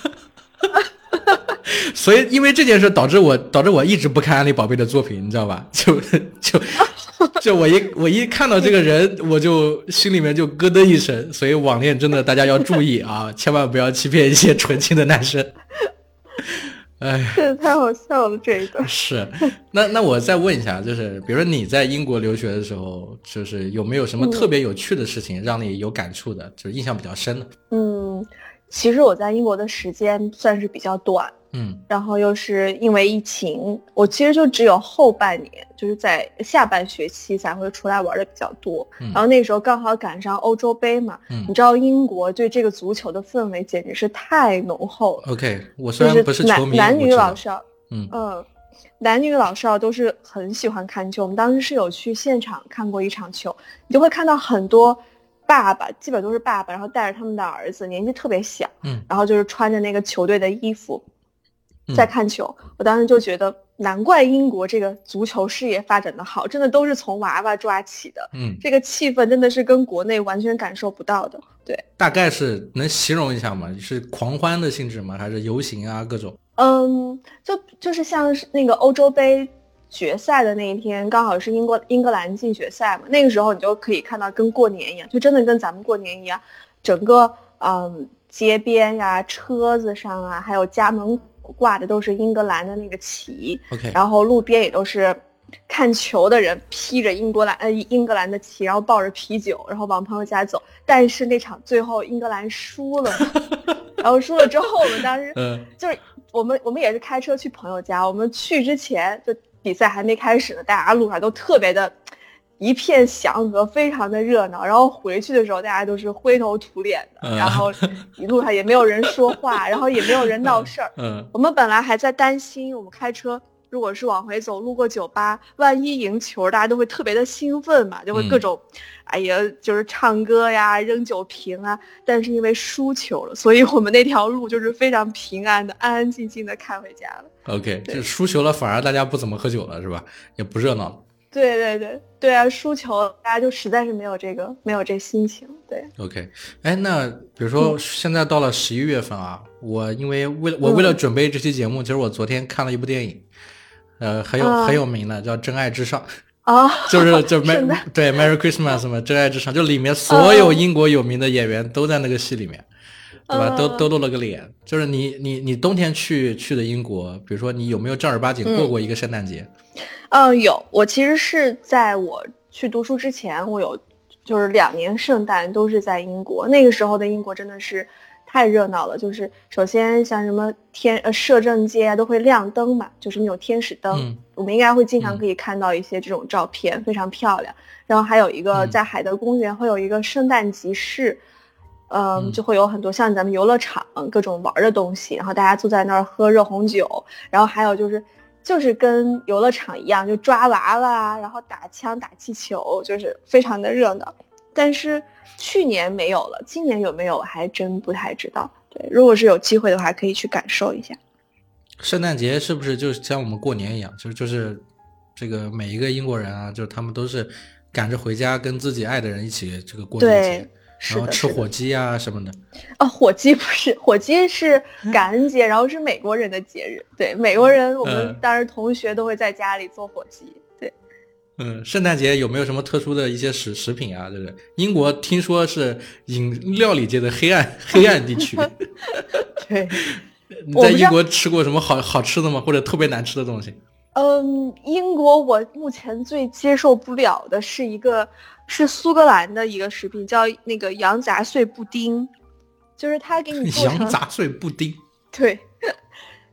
所以因为这件事导致我导致我一直不看安利宝贝的作品，你知道吧？就就。就我一我一看到这个人，我就心里面就咯噔一声，所以网恋真的大家要注意啊，千万不要欺骗一些纯情的男生。哎， 这太好笑了这一段。 是，那那我再问一下，就是比如说你在英国留学的时候，就是有没有什么特别有趣的事情让你有感触的，嗯、就是印象比较深的？ 嗯，其实我在英国的时间算是比较短。 嗯， 然后又是因为疫情，我其实就只有后半年，就是在下半学期才会出来玩的比较多。嗯、然后那时候刚好赶上欧洲杯嘛， 嗯、 你知道英国对这个足球的氛围简直是太浓厚了。 OK， 我虽然不是球迷， 男男女老少， 嗯嗯，男女老少都是很喜欢看球。我们当时是有去现场看过一场球，你就会看到很多爸爸，基本都是爸爸，然后带着他们的儿子，年纪特别小， 嗯， 然后就是穿着那个球队的衣服。在看球、嗯、我当时就觉得难怪英国这个足球事业发展的好，真的都是从娃娃抓起的。 嗯， 这个气氛真的是跟国内完全感受不到的。对， 大概是能形容一下吗？是狂欢的性质吗？还是游行啊各种？ 嗯，就就是像是那个欧洲杯决赛的那一天，刚好是英国英格兰进决赛嘛，那个时候你就可以看到跟过年一样，就真的跟咱们过年一样，整个嗯街边呀、车子上啊，还有家门挂的都是英格兰的那个旗， okay. 然后路边也都是看球的人披着英国兰呃英格兰的旗，然后抱着啤酒，然后往朋友家走。但是那场最后英格兰输了，然后输了之后，我们当时就是我们我们也是开车去朋友家，我们去之前就比赛还没开始呢，大家路上都特别的一片祥和，非常的热闹。然后回去的时候，大家都是灰头土脸的， 嗯、 然后一路上也没有人说话，然后也没有人闹事儿。 嗯， 我们本来还在担心，我们开车如果是往回走，路过酒吧，万一赢球，大家都会特别的兴奋嘛，就会各种，嗯、哎呀，就是唱歌呀、扔酒瓶啊。但是因为输球了，所以我们那条路就是非常平安的、安安静静的开回家了。 OK， 就输球了，反而大家不怎么喝酒了，是吧？也不热闹。 对对对对啊，输球大家就实在是没有这个没有这心情。对 OK， 哎，那比如说现在到了十一月份啊，嗯、我因为为了我为了准备这期节目，嗯、其实我昨天看了一部电影，呃，很有、嗯、很有名的，叫《真爱至上》 啊， 就是就 Merry 对 Merry Christmas 嘛，《真爱至上》就里面所有英国有名的演员都在那个戏里面。对吧？都都露了个脸。就是你你你冬天去去的英国，比如说你有没有正儿八经过过一个圣诞节？ 嗯，呃、有。我其实是在我去读书之前，我有就是两年圣诞都是在英国。那个时候的英国真的是太热闹了。就是首先像什么天呃摄政街啊都会亮灯嘛，就是那种天使灯， 嗯、 我们应该会经常可以看到一些这种照片，嗯、非常漂亮。然后还有一个在海德公园会有一个圣诞集市。嗯，就会有很多像咱们游乐场各种玩的东西，然后大家坐在那儿喝热红酒，然后还有就是就是跟游乐场一样，就抓娃娃，然后打枪打气球，就是非常的热闹。但是去年没有了，今年有没有我还真不太知道。对，如果是有机会的话，可以去感受一下。 圣诞节是不是就像我们过年一样，就是就是这个每一个英国人啊，就是他们都是赶着回家跟自己爱的人一起这个过年节。然后吃火鸡啊什么的。 哦，火鸡不是，火鸡是感恩节，然后是美国人的节日。对，美国人我们当时同学都会在家里做火鸡。对， 嗯，圣诞节有没有什么特殊的一些食食品啊？对不对？英国听说是饮料理界的黑暗黑暗地区。 对， 你在英国吃过什么好好吃的吗？或者特别难吃的东西？ 嗯，英国我目前最接受不了的是一个是苏格兰的一个食品，叫那个羊杂碎布丁，就是它给你做成羊杂碎布丁。 对，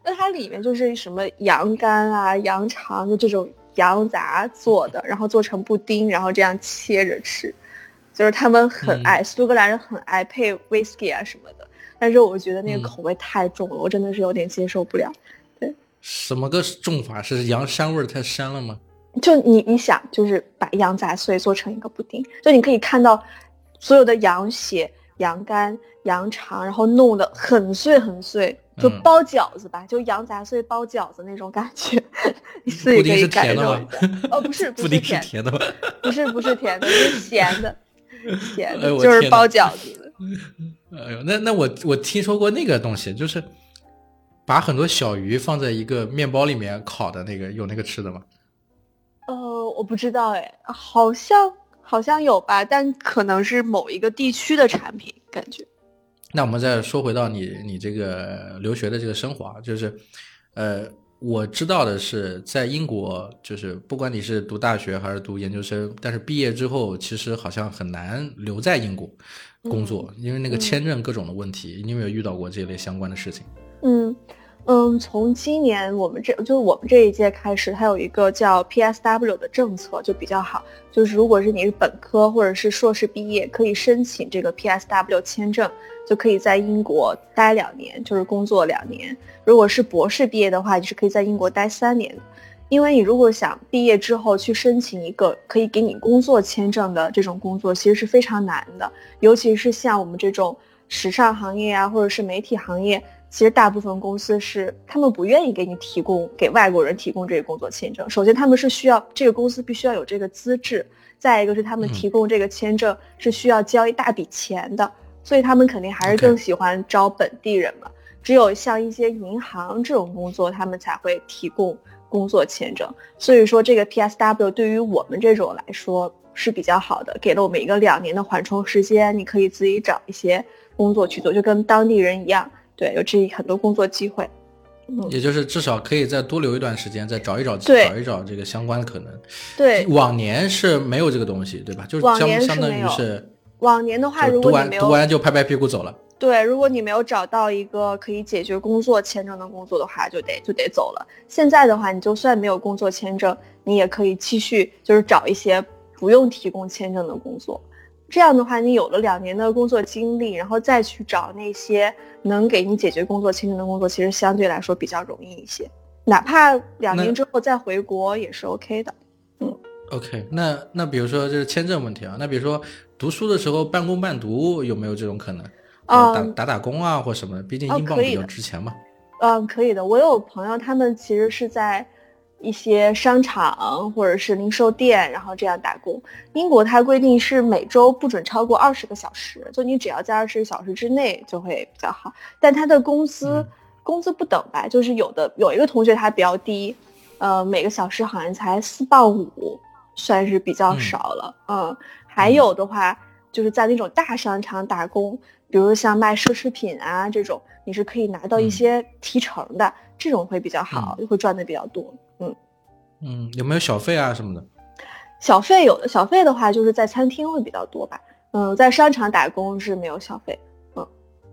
那它里面就是什么羊肝啊、羊肠，就这种羊杂做的，然后做成布丁，然后这样切着吃。就是他们很爱，嗯、苏格兰人很爱配 whisky 啊什么的，但是我觉得那个口味太重了，嗯、我真的是有点接受不了。对， 什么个重法？是羊膻味太膻了吗？ 就你你想，就是把羊杂碎做成一个布丁，就你可以看到所有的羊血、羊肝、羊肠，然后弄得很碎很碎，就包饺子吧，嗯、就羊杂碎包饺子那种感觉。你自己可以感受一下。哦，不是，不是甜， 甜的吗？ 不是，不是甜的，是咸的。咸的，就是包饺子的。 哎呦，那那我我听说过那个东西，就是把很多小鱼放在一个面包里面烤的那个，有那个吃的吗？ 呃，我不知道哎，好像好像有吧，但可能是某一个地区的产品，感觉。 那我们再说回到你你这个留学的这个生活啊，就是呃。我知道的是，在英国，就是不管你是读大学还是读研究生，但是毕业之后，其实好像很难留在英国工作，嗯、因为那个签证各种的问题。嗯、你有没有遇到过这类相关的事情？ 嗯嗯，从今年我们这就是我们这一届开始，它有一个叫 P S W 的政策就比较好，就是如果是你是本科或者是硕士毕业，可以申请这个 P S W 签证。就可以在英国待两年，就是工作两年。如果是博士毕业的话，你是可以在英国待三年的。因为你如果想毕业之后去申请一个可以给你工作签证的这种工作，其实是非常难的。尤其是像我们这种时尚行业啊，或者是媒体行业，其实大部分公司是他们不愿意给你提供给外国人提供这个工作签证。首先，他们是需要这个公司必须要有这个资质，再一个是他们提供这个签证是需要交一大笔钱的。所以他们肯定还是更喜欢招本地人嘛。Okay. 只有像一些银行这种工作，他们才会提供工作签证。所以说这个 P S W 对于我们这种来说是比较好的，给了我们一个两年的缓冲时间，你可以自己找一些工作去做，就跟当地人一样，对，有这很多工作机会。 嗯、也就是至少可以再多留一段时间，再找一找找一找这个相关的可能。 对， 往年是没有这个东西，对吧？就是相相当于是。 往年的话，如果你没有读完就拍拍屁股走了。 对，如果你没有找到一个可以解决工作签证的工作的话，就得就得走了。现在的话，你就算没有工作签证，你也可以继续就是找一些不用提供签证的工作。这样的话，你有了两年的工作经历，然后再去找那些能给你解决工作签证的工作，其实相对来说比较容易一些。哪怕两年之后再回国也是 OK 的。嗯。 OK， 那那比如说就是签证问题啊，那比如说读书的时候半工半读，有没有这种可能？嗯、打打打工啊或什么？毕竟英镑比较值钱嘛。 嗯，可以的。我有朋友，他们其实是在一些商场或者是零售店，然后这样打工。英国它规定是每周不准超过二十个小时，就你只要在二十个小时之内就会比较好。但他的工资、嗯、工资不等吧，就是有的有一个同学他比较低，呃，每个小时好像才四磅五。算是比较少了。 嗯, 嗯，还有的话就是在那种大商场打工，比如像卖奢侈品啊这种，你是可以拿到一些提成的、嗯、这种会比较好、嗯、会赚的比较多。嗯嗯，有没有小费啊什么的？ 小费有的，小费的话就是在餐厅会比较多吧。嗯，在商场打工是没有小费。嗯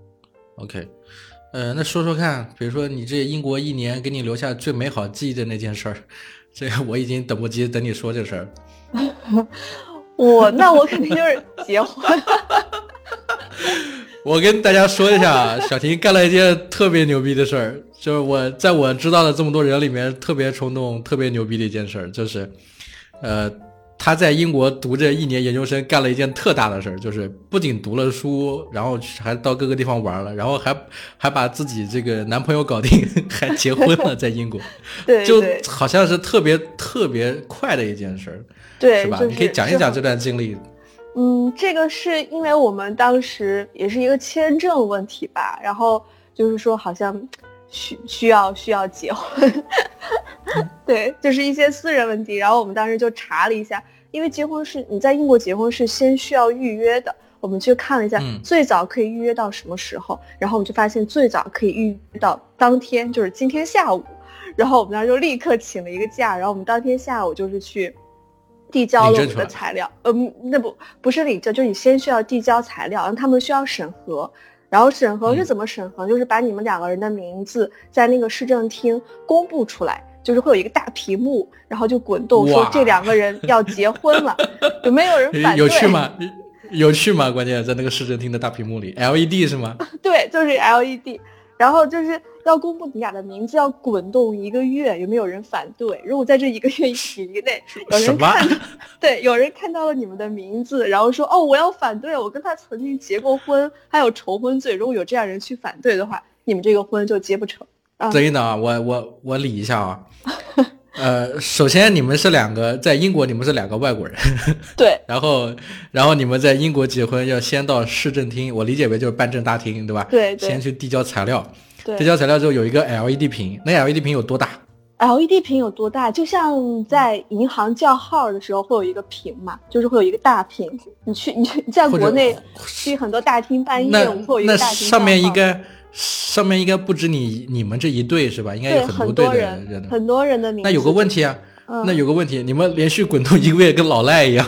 OK， 呃，那说说看，比如说你这英国一年给你留下最美好记忆的那件事儿，这个我已经等不及等你说这事儿。 我那我肯定就是结婚。 我跟大家说一下，小婷干了一件特别牛逼的事儿，就是我在我知道的这么多人里面特别冲动特别牛逼的一件事儿，就是呃他在英国读这一年研究生干了一件特大的事儿，就是不仅读了书，然后还到各个地方玩了，然后还还把自己这个男朋友搞定，还结婚了，在英国。 对， 就好像是特别特别快的一件事儿， 对， 是吧？ 就是、 你可以讲一讲这段经历。 嗯，这个是因为我们当时也是一个签证问题吧，然后就是说好像需需要需要结婚。对，就是一些私人问题，然后我们当时就查了一下，因为结婚是你在英国结婚是先需要预约的，我们去看了一下、嗯、最早可以预约到什么时候，然后我们就发现最早可以预约到当天，就是今天下午，然后我们当时就立刻请了一个假，然后我们当天下午就是去递交了我们的材料，嗯，那不不是领证，就是你先需要递交材料，然后他们需要审核， 然后审核是怎么审核？嗯、就是把你们两个人的名字在那个市政厅公布出来，就是会有一个大屏幕，然后就滚动说这两个人要结婚了，有没有人反对？ 有趣吗？有趣吗？关键在那个市政厅的大屏幕里 ，L E D 是吗？ 对，就是 L E D。然后就是要公布你俩的名字，要滚动一个月，有没有人反对？如果在这一个月以内有人看到，对，有人看到了你们的名字，然后说哦，我要反对，我跟他曾经结过婚，还有重婚罪，如果有这样人去反对的话，你们这个婚就结不成。啊、 等一等啊，我我我理一下啊。呃，首先你们是两个在英国，你们是两个外国人， 对， 然后然后你们在英国结婚要先到市政厅，我理解为就是办证大厅，对吧？ 对对， 先去递交材料， 对， 递交材料之后有一个 L E D 屏，那 L E D 屏有多大 ？L E D 屏有多大？就像在银行叫号的时候会有一个屏嘛，就是会有一个大屏。你去你你在国内去很多大厅办业务，会有一个大厅。 那上面应该。上面应该不止你你们这一对是吧？应该有很多对的人， 人很多人的名字。 那有个问题啊， 嗯、 那有个问题，你们连续滚动一个月，跟老赖一样。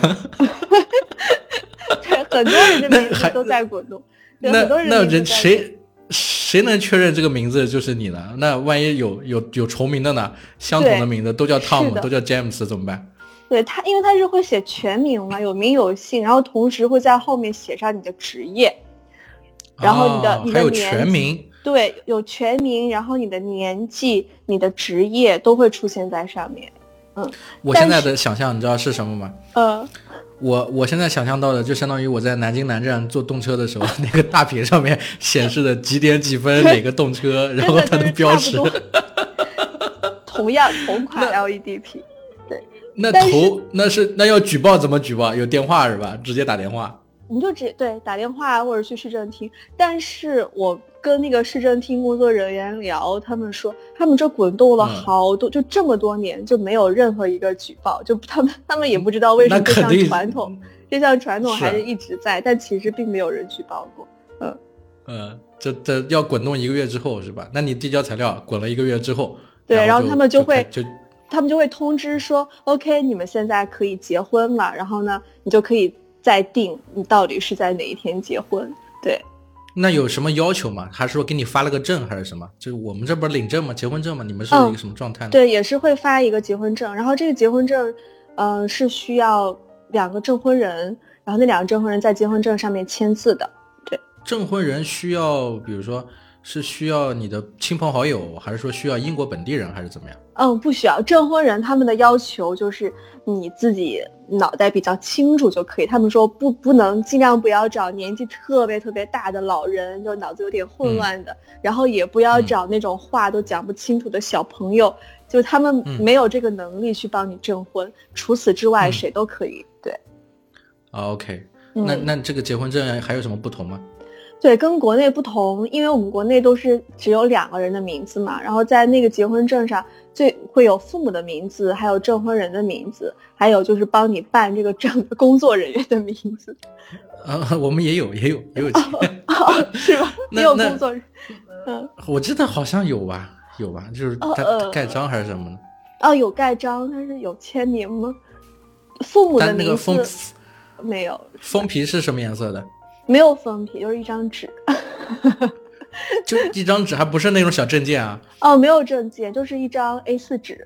对，很多人的名字都在滚动。 那那人谁谁能确认这个名字就是你呢？那万一有有有重名的呢？相同的名字都叫 Tom， 都叫 James， 怎么办？ 对他，因为他是会写全名嘛，有名有姓，然后同时会在后面写上你的职业。然后你的、 哦、 你的还有全名， 对，有全名，然后你的年纪、你的职业都会出现在上面。嗯， 我现在的想象你知道是什么吗？ 呃， 我我现在想象到的就相当于我在南京南站坐动车的时候，那个大屏上面显示的几点几分哪个动车，然后它的标识。 同样同款 L E D 屏，对。 那头那是那要举报怎么举报？有电话是吧？直接打电话。 你就直接对打电话或者去市政厅，但是我跟那个市政厅工作人员聊，他们说他们这滚动了好多，嗯、就这么多年就没有任何一个举报，就他们他们也不知道为什么这项传统，这项传统还是一直在，但其实并没有人举报过。嗯嗯，这这要滚动一个月之后是吧？那你递交材料滚了一个月之后， 对，然后就他们就会就。 他们就会通知说 OK 你们现在可以结婚了，然后呢你就可以再定你到底是在哪一天结婚。对， 那有什么要求吗？还是说给你发了个证还是什么？就是我们这不是领证吗？结婚证吗？你们是一个什么状态呢？ 嗯、对，也是会发一个结婚证，然后这个结婚证呃是需要两个证婚人，然后那两个证婚人在结婚证上面签字的。对， 证婚人需要比如说是需要你的亲朋好友，还是说需要英国本地人，还是怎么样？ 嗯，不需要。证婚人他们的要求就是你自己脑袋比较清楚就可以。他们说不不能尽量不要找年纪特别特别大的老人，就脑子有点混乱的，嗯、然后也不要找那种话都讲不清楚的小朋友，嗯、就他们没有这个能力去帮你证婚。嗯、除此之外，谁都可以。对。 哦 OK，嗯、那那这个结婚证还有什么不同吗？ 对，跟国内不同，因为我们国内都是只有两个人的名字嘛，然后在那个结婚证上最会有父母的名字，还有证婚人的名字，还有就是帮你办这个证的工作人员的名字。 啊，我们也有，也有，也有、 哦哦，是吧？也有工作人员。嗯， 我记得好像有吧，有吧，就是他、呃、盖章还是什么呢？ 哦，有盖章，但是有签名吗？父母的名字但那个封没有。 封皮是什么颜色的？ 没有封皮，就是一张纸。 就一张纸，还不是那种小证件啊？ 哦，没有证件，就是一张 A 四 纸。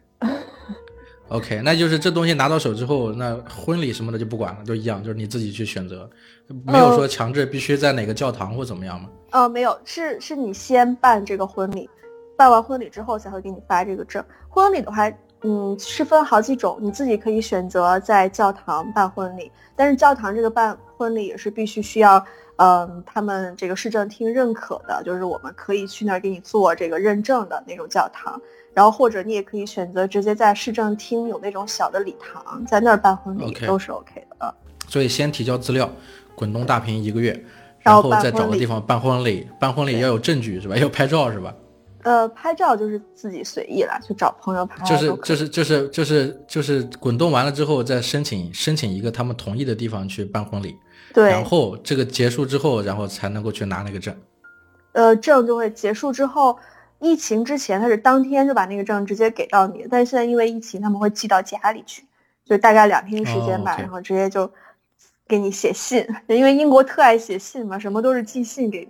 OK， 那就是这东西拿到手之后，那婚礼什么的就不管了，就一样，就是你自己去选择，没有说强制必须在哪个教堂或怎么样吗？ 哦、呃，没有，是是你先办这个婚礼，办完婚礼之后才会给你发这个证。婚礼的话，嗯，是分好几种，你自己可以选择在教堂办婚礼，但是教堂这个办婚礼也是必须需要，嗯、呃，他们这个市政厅认可的，就是我们可以去那儿给你做这个认证的那种教堂。然后或者你也可以选择直接在市政厅有那种小的礼堂，在那儿办婚礼、okay. 都是 OK 的。 所以先提交资料，滚动大屏一个月，然后再找个地方办婚礼。办婚礼要有证据是吧？要拍照是吧？ 呃，拍照就是自己随意啦，就找朋友拍。 就是就是就是就是就是滚动完了之后，再申请申请一个他们同意的地方去办婚礼。 对。 然后这个结束之后，然后才能够去拿那个证。 呃，证就会结束之后。疫情之前他是当天就把那个证直接给到你，但是现在因为疫情他们会寄到家里去，就大概两天时间吧、oh, okay. 然后直接就给你写信，因为英国特爱写信嘛，什么都是寄信给你，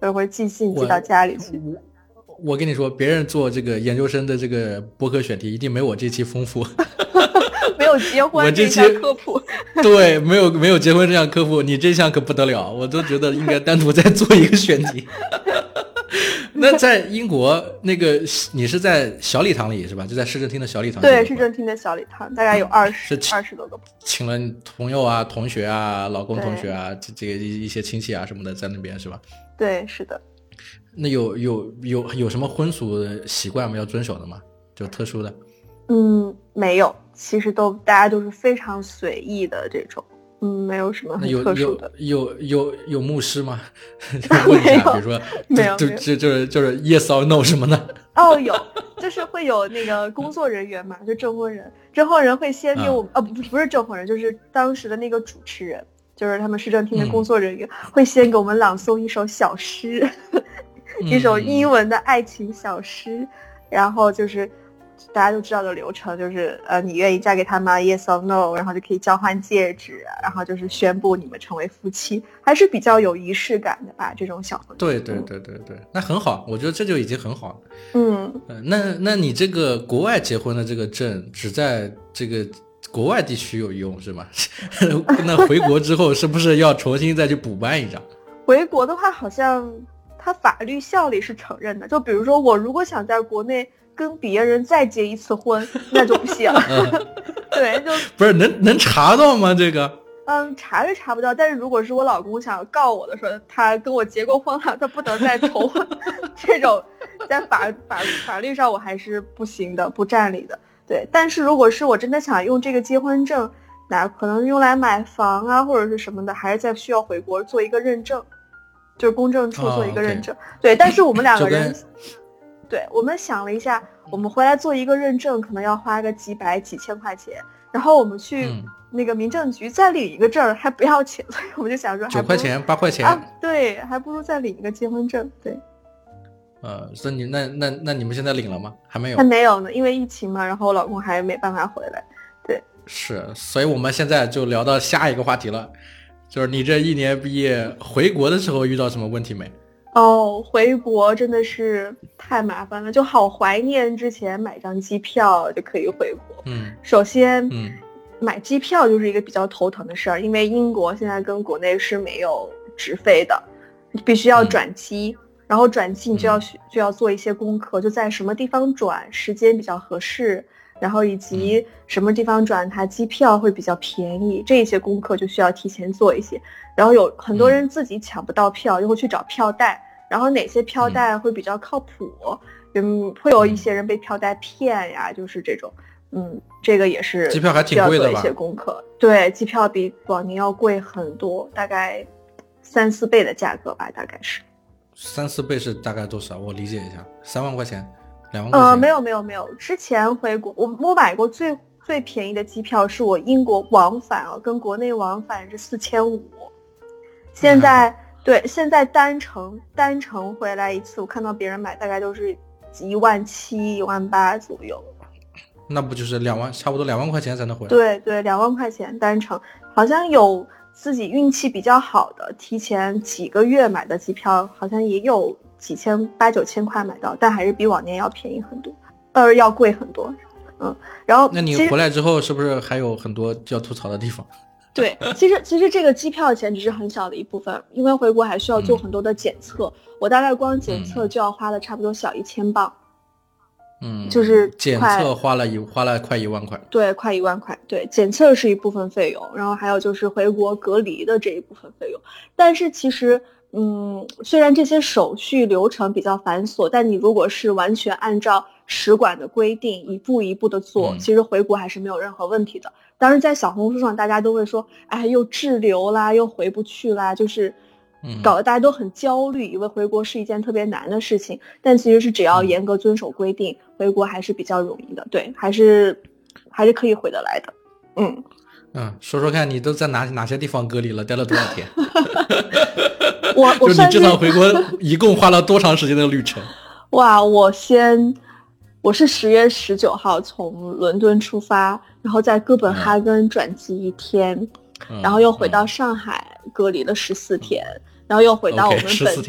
就会寄信寄到家里去。 我, 我跟你说，别人做这个研究生的这个播客选题一定没我这期丰富。 没有结婚这项科普。 对，没有没有结婚这项科普，你这项可不得了，我都觉得应该单独再做一个选题。那在英国那个你是在小礼堂里是吧？就在市政厅的小礼堂。 对，市政厅的小礼堂，大概有二十二十多个。 请了朋友啊、同学啊、老公同学啊，这这个一些亲戚啊什么的在那边是吧？ 对，是的。 那有有有有什么婚俗的习惯吗？要遵守的吗？就特殊的？ 嗯，没有，其实都大家都是非常随意的这种。嗯，没有什么很特殊的。 有有有有有牧师吗？问一下，比如说， 没有， 就就就是就是 yes or no 什么的。 哦，有，就是会有那个工作人员嘛，就证婚人，证婚人会先给我们，嗯、呃，不不是证婚人，就是当时的那个主持人，就是他们市政厅的工作人员，嗯、会先给我们朗诵一首小诗，一首英文的爱情小诗，嗯、然后就是。大家都知道的流程就是呃，你愿意嫁给他吗 ？Yes or no， 然后就可以交换戒指，然后就是宣布你们成为夫妻，还是比较有仪式感的吧？这种小婚。 对对对对对，那很好，我觉得这就已经很好了。 嗯， 呃、那那你这个国外结婚的这个证只在这个国外地区有用是吗？那回国之后是不是要重新再去补办一张？ 回国的话，好像它法律效力是承认的。就比如说我如果想在国内跟别人再结一次婚，那就不行。嗯、对，就不是能能查到吗？这个？ 嗯，查是查不到，但是如果是我老公想告我的，说他跟我结过婚了，他不能再重婚，这种在法法法律上我还是不行的，不占理的。对，但是如果是我真的想用这个结婚证，那可能用来买房啊或者是什么的，还是再需要回国做一个认证，就是公证处做一个认证。哦 okay、对，但是我们两个人。对，我们想了一下，我们回来做一个认证可能要花个几百几千块钱，然后我们去那个民政局再领一个证还不要钱，所以我们就想说九块钱八块钱、 啊、对，还不如再领一个结婚证。对， 呃，所以你那那那你们现在领了吗？还没有？ 还没有呢，因为疫情嘛，然后我老公还没办法回来。对， 是，所以我们现在就聊到下一个话题了，就是你这一年毕业回国的时候遇到什么问题没？ 哦，回国真的是太麻烦了，就好怀念之前买张机票就可以回国。 嗯， 首先， 嗯， 买机票就是一个比较头疼的事儿，因为英国现在跟国内是没有直飞的，你必须要转机，嗯、然后转机你就要、嗯、就要做一些功课，就在什么地方转，时间比较合适，然后以及什么地方转它机票会比较便宜，这些功课就需要提前做一些。然后有很多人自己抢不到票，就会去找票代，然后哪些票代会比较靠谱，嗯，会有一些人被票代骗呀，就是这种，嗯，这个也是机票还挺贵的吧？ 需要做一些功课。对，机票比往年要贵很多，大概三四倍的价格吧，大概是。 三四倍是大概多少？我理解一下，三万块钱，两万块钱？ 呃，没有没有没有，之前回国我我买过最最便宜的机票是我英国往返啊，跟国内往返是四千五。现在、嗯、对，现在单程单程回来一次，我看到别人买大概都是一万七、一万八左右。 那不就是两万，差不多两万块钱才能回来？ 对对，两万块钱单程，好像有自己运气比较好的，提前几个月买的机票，好像也有几千八九千块买到，但还是比往年要便宜很多，呃，要贵很多。嗯，然后那你回来之后是不是还有很多要吐槽的地方？ 对，其实其实这个机票钱只是很小的一部分，因为回国还需要做很多的检测，嗯、我大概光检测就要花了差不多小一千镑， 嗯， 就是检测花了一花了快一万块， 对，快一万块，对，检测是一部分费用，然后还有就是回国隔离的这一部分费用，但是其实。嗯，虽然这些手续流程比较繁琐，但你如果是完全按照使馆的规定一步一步的做，嗯、其实回国还是没有任何问题的。当然在小红书上大家都会说，哎，又滞留啦，又回不去啦，就是搞得大家都很焦虑，以为回国是一件特别难的事情，但其实是只要严格遵守规定，嗯、回国还是比较容易的，对，还是还是可以回得来的。嗯嗯，说说看你都在哪哪些地方隔离了，待了多少天？ 我我就你这趟回国一共花了多长时间的旅程？ 哇，我先我是十月十九号从伦敦出发，然后在哥本哈根转机一天， 嗯、 然后又回到上海、嗯、隔离了十四天，嗯、然后又回到我们本地， okay, 十四天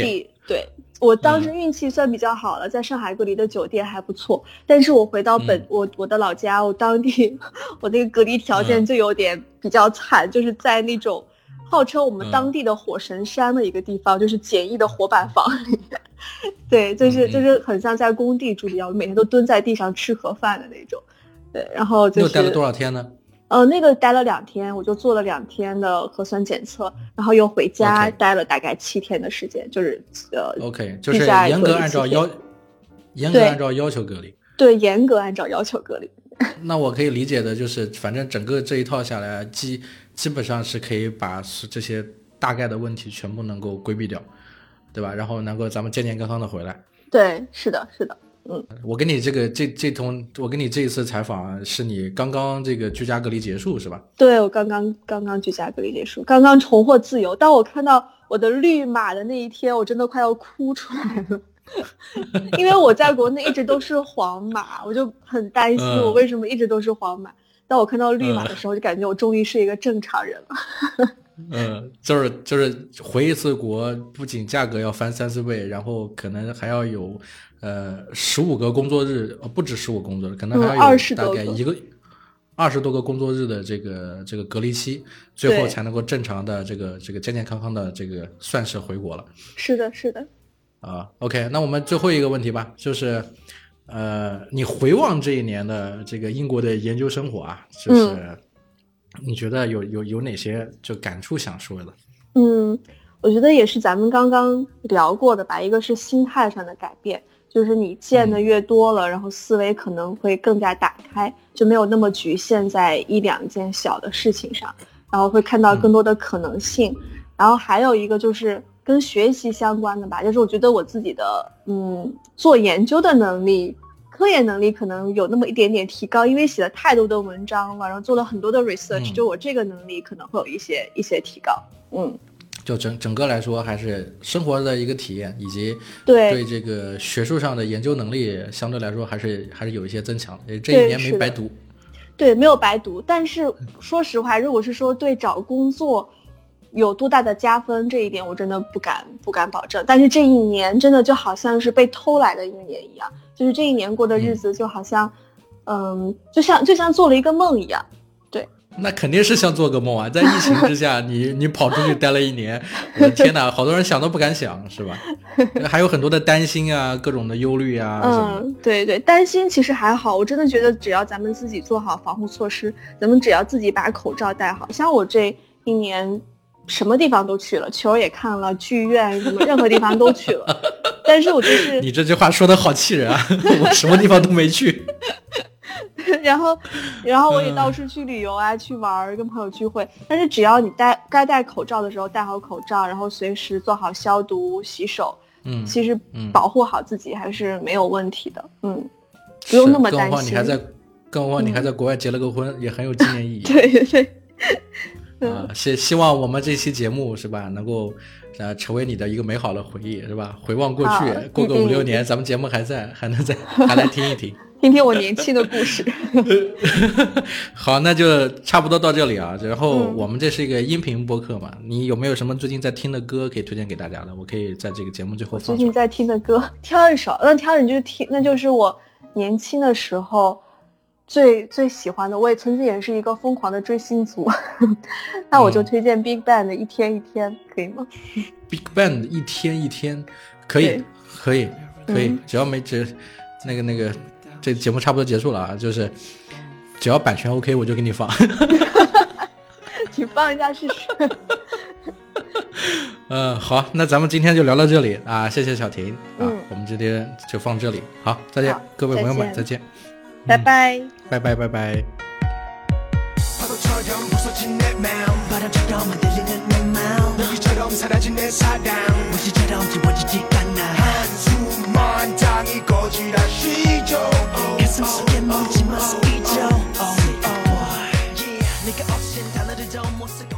对，我当时运气算比较好了，在上海隔离的酒店还不错，但是我回到本、嗯、我我的老家，我当地我那个隔离条件就有点比较惨，嗯、就是在那种号称我们当地的火神山的一个地方，嗯、就是简易的活板房里面，对，就是就是很像在工地住一样，每天都蹲在地上吃盒饭的那种，对，然后就是。 又待了多少天呢？ 呃，那个待了两天，我就做了两天的核酸检测，然后又回家待了大概七天的时间， okay. 就是呃 ，OK， 就是严格按照要，严格按照要求隔离， 对，严格按照要求隔离。 那我可以理解的就是，反正整个这一套下来，基基本上是可以把这些大概的问题全部能够规避掉，对吧？然后能够咱们健健康康的回来。 对，是的，是的。嗯， 我跟你这个这这通，我跟你这一次采访是你刚刚这个居家隔离结束是吧？ 对，我刚刚刚刚居家隔离结束，刚刚重获自由。当我看到我的绿码的那一天，我真的快要哭出来了，因为我在国内一直都是黄码，我就很担心我为什么一直都是黄码。嗯、当我看到绿码的时候，就感觉我终于是一个正常人了。 嗯，就是就是回一次国，不仅价格要翻三四倍，然后可能还要有呃十五个工作日，呃不止十五工作日，可能还要有大概一个二十多个工作日的这个这个隔离期，最后才能够正常的这个这个健健康康的这个算是回国了。是的，是的。 啊 ，OK， 那我们最后一个问题吧，就是呃，你回望这一年的这个英国的研究生活啊，就是。嗯，你觉得有有有哪些就感触想说的？ 嗯，我觉得也是咱们刚刚聊过的吧。一个是心态上的改变，就是你见的越多了，嗯、然后思维可能会更加打开，就没有那么局限在一两件小的事情上，然后会看到更多的可能性。嗯、然后还有一个就是跟学习相关的吧，就是我觉得我自己的嗯做研究的能力。科研能力可能有那么一点点提高，因为写了太多的文章了，然后做了很多的 research，、嗯、就我这个能力可能会有一些一些提高。嗯， 就整整个来说，还是生活的一个体验，以及对对这个学术上的研究能力，相对来说还是还是有一些增强。这一年没白读。 对，没有白读。但是说实话，如果是说对找工作有多大的加分，这一点我真的不敢不敢保证。但是这一年真的就好像是被偷来的一年一样。就是这一年过的日子就好像嗯, 嗯就像就像做了一个梦一样。对， 那肯定是像做个梦啊，在疫情之下你你跑出去待了一年，我的天哪，好多人想都不敢想，是吧？还有很多的担心啊，各种的忧虑啊。 嗯，对对，担心其实还好，我真的觉得只要咱们自己做好防护措施，咱们只要自己把口罩戴好，像我这一年什么地方都去了，球也看了，剧院什么任何地方都去了。但是我就是你这句话说的好气人啊！我什么地方都没去。 然后，然后我也到处去旅游啊，嗯、去玩，跟朋友聚会。但是只要你戴该戴口罩的时候戴好口罩，然后随时做好消毒、洗手，嗯，其实保护好自己还是没有问题的。嗯，嗯不用那么担心。 更何况你还在，更何况你还在国外结了个婚，嗯、也很有纪念意义。 对对对。 啊，希希望我们这期节目是吧，能够呃成为你的一个美好的回忆是吧？回望过去，过个五六年，咱们节目还在，还能再还来听一听， 听听我年轻的故事。 好，那就差不多到这里啊。然后我们这是一个音频播客嘛，嗯、你有没有什么最近在听的歌可以推荐给大家的？我可以在这个节目最后放。 最近在听的歌，挑一首，那挑你就听，那就是我年轻的时候。最最喜欢的，我也曾经也是一个疯狂的追星族，那我就推荐 Big Bang 的一天一天，可以吗 ？Big Bang 的一天一天，可以，可以，可以，嗯、只要没只那个那个，这节目差不多结束了啊，就是只要版权 OK， 我就给你放。 你放一下试试。 嗯，好，那咱们今天就聊到这里啊，谢谢小婷啊，嗯、我们今天就放这里，好，再见，各位朋友们，再见。 拜拜， 嗯、拜拜拜拜。가슴 속에 묻지 마 스피드 oh, oh, yeah. 내가 어제 달라를 더 못